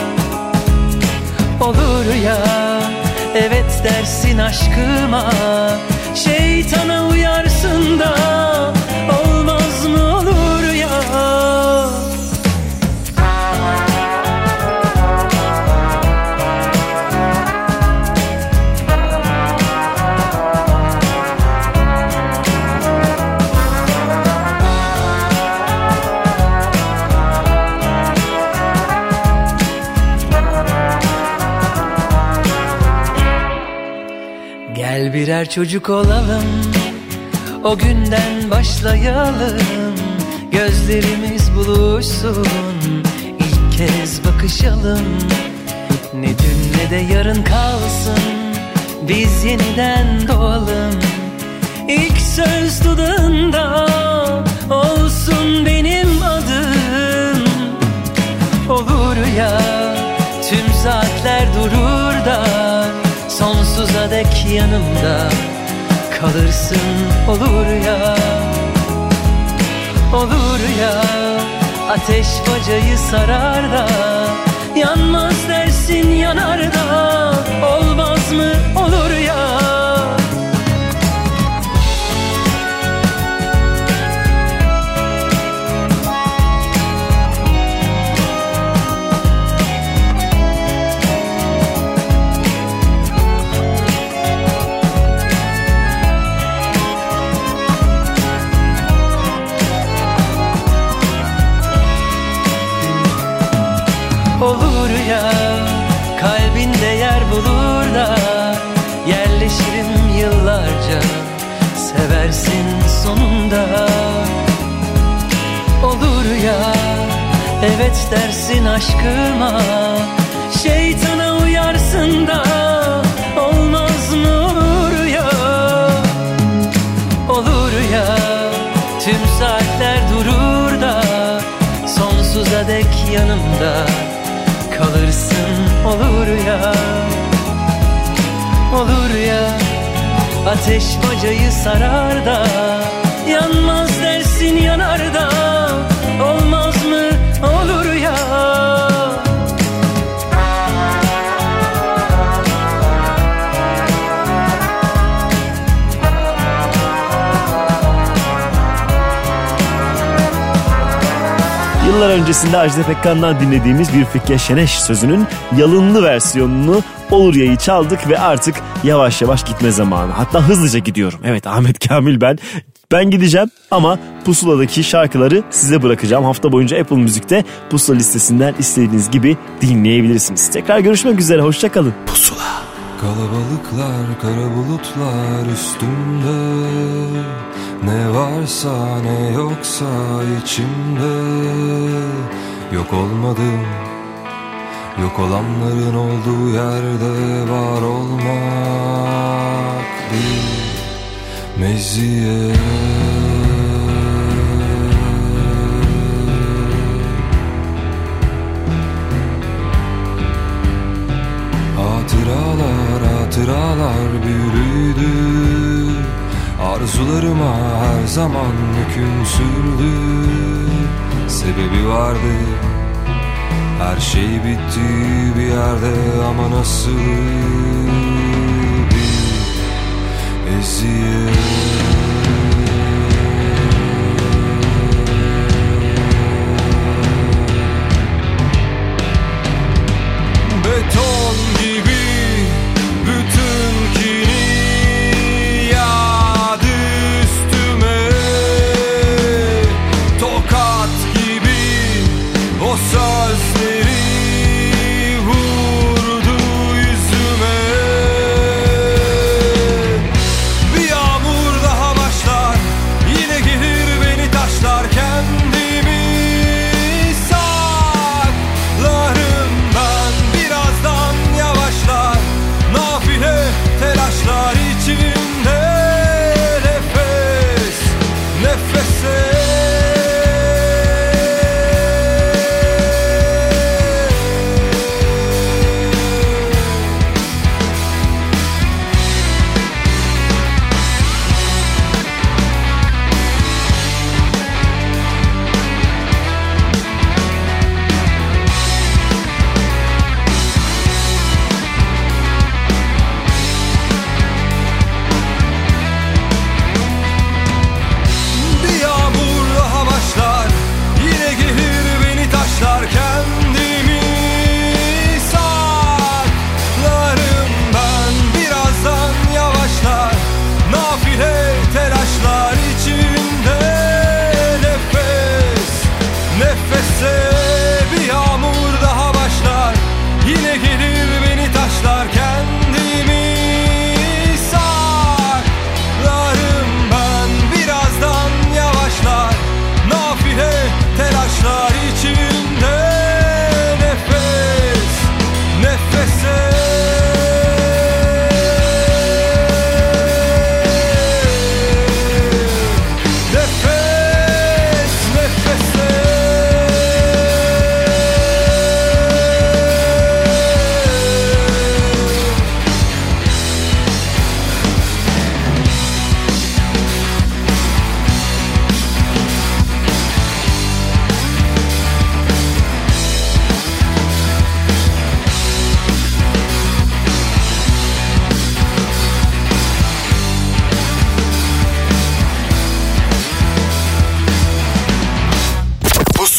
Olur ya evet dersin aşkıma, şeytana uyarsın da olmaz mı olur ya. Gel birer çocuk olalım, o günden başlayalım. Gözlerimiz buluşsun, ilk kez bakışalım. Ne dün ne de yarın kalsın, biz yeniden doğalım. İlk söz dudağında olsun benim adım. Olur ya tüm saatler durur da sonsuza dek yanımda kalırsın. Olur ya, olur ya ateş bacayı sarar da yanmaz dersin yanar da olmaz mı olur ya. Olur ya kalbinde yer bulur da yerleşirim yıllarca, seversin sonunda. Olur ya evet dersin aşkıma, şeytana uyarsın da olmaz mı olur ya. Olur ya tüm saatler durur da sonsuza dek yanımda kalırsın. Olur ya, olur ya ateş bacayı sarar da yanmaz dersin yanar da olmaz mı olur ya. Yıllar öncesinde Ajda Pekkan'dan dinlediğimiz bir Firket Şeneş sözünün yalınlı versiyonunu Olur Ya'yı çaldık ve artık yavaş yavaş gitme zamanı. Hatta hızlıca gidiyorum. Evet, Ahmet Kamil ben. Ben gideceğim ama Pusula'daki şarkıları size bırakacağım. Hafta boyunca Apple Müzik'te Pusula listesinden istediğiniz gibi dinleyebilirsiniz. Tekrar görüşmek üzere, hoşçakalın. Pusula. Kalabalıklar, kara bulutlar üstümde, ne varsa ne yoksa içimde. Yok olmadım, yok olanların olduğu yerde var olmak bir meziyet. Hatıralar, hatıralar büyülüydü. Arzularıma her zaman hüküm sürdü. Sebebi vardı, her şey bitti bir yerde ama nasıl bir eziyet. Beton gibi bütün kini yağdı üstüme. Tokat gibi o sözleri vurdu yüzüme. Bir yağmur daha başlar.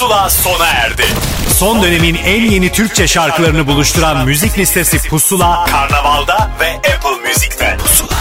Pusula sona erdi. Son dönemin en yeni Türkçe şarkılarını buluşturan müzik listesi Pusula, Karnaval'da ve Apple Music'te. Pusula.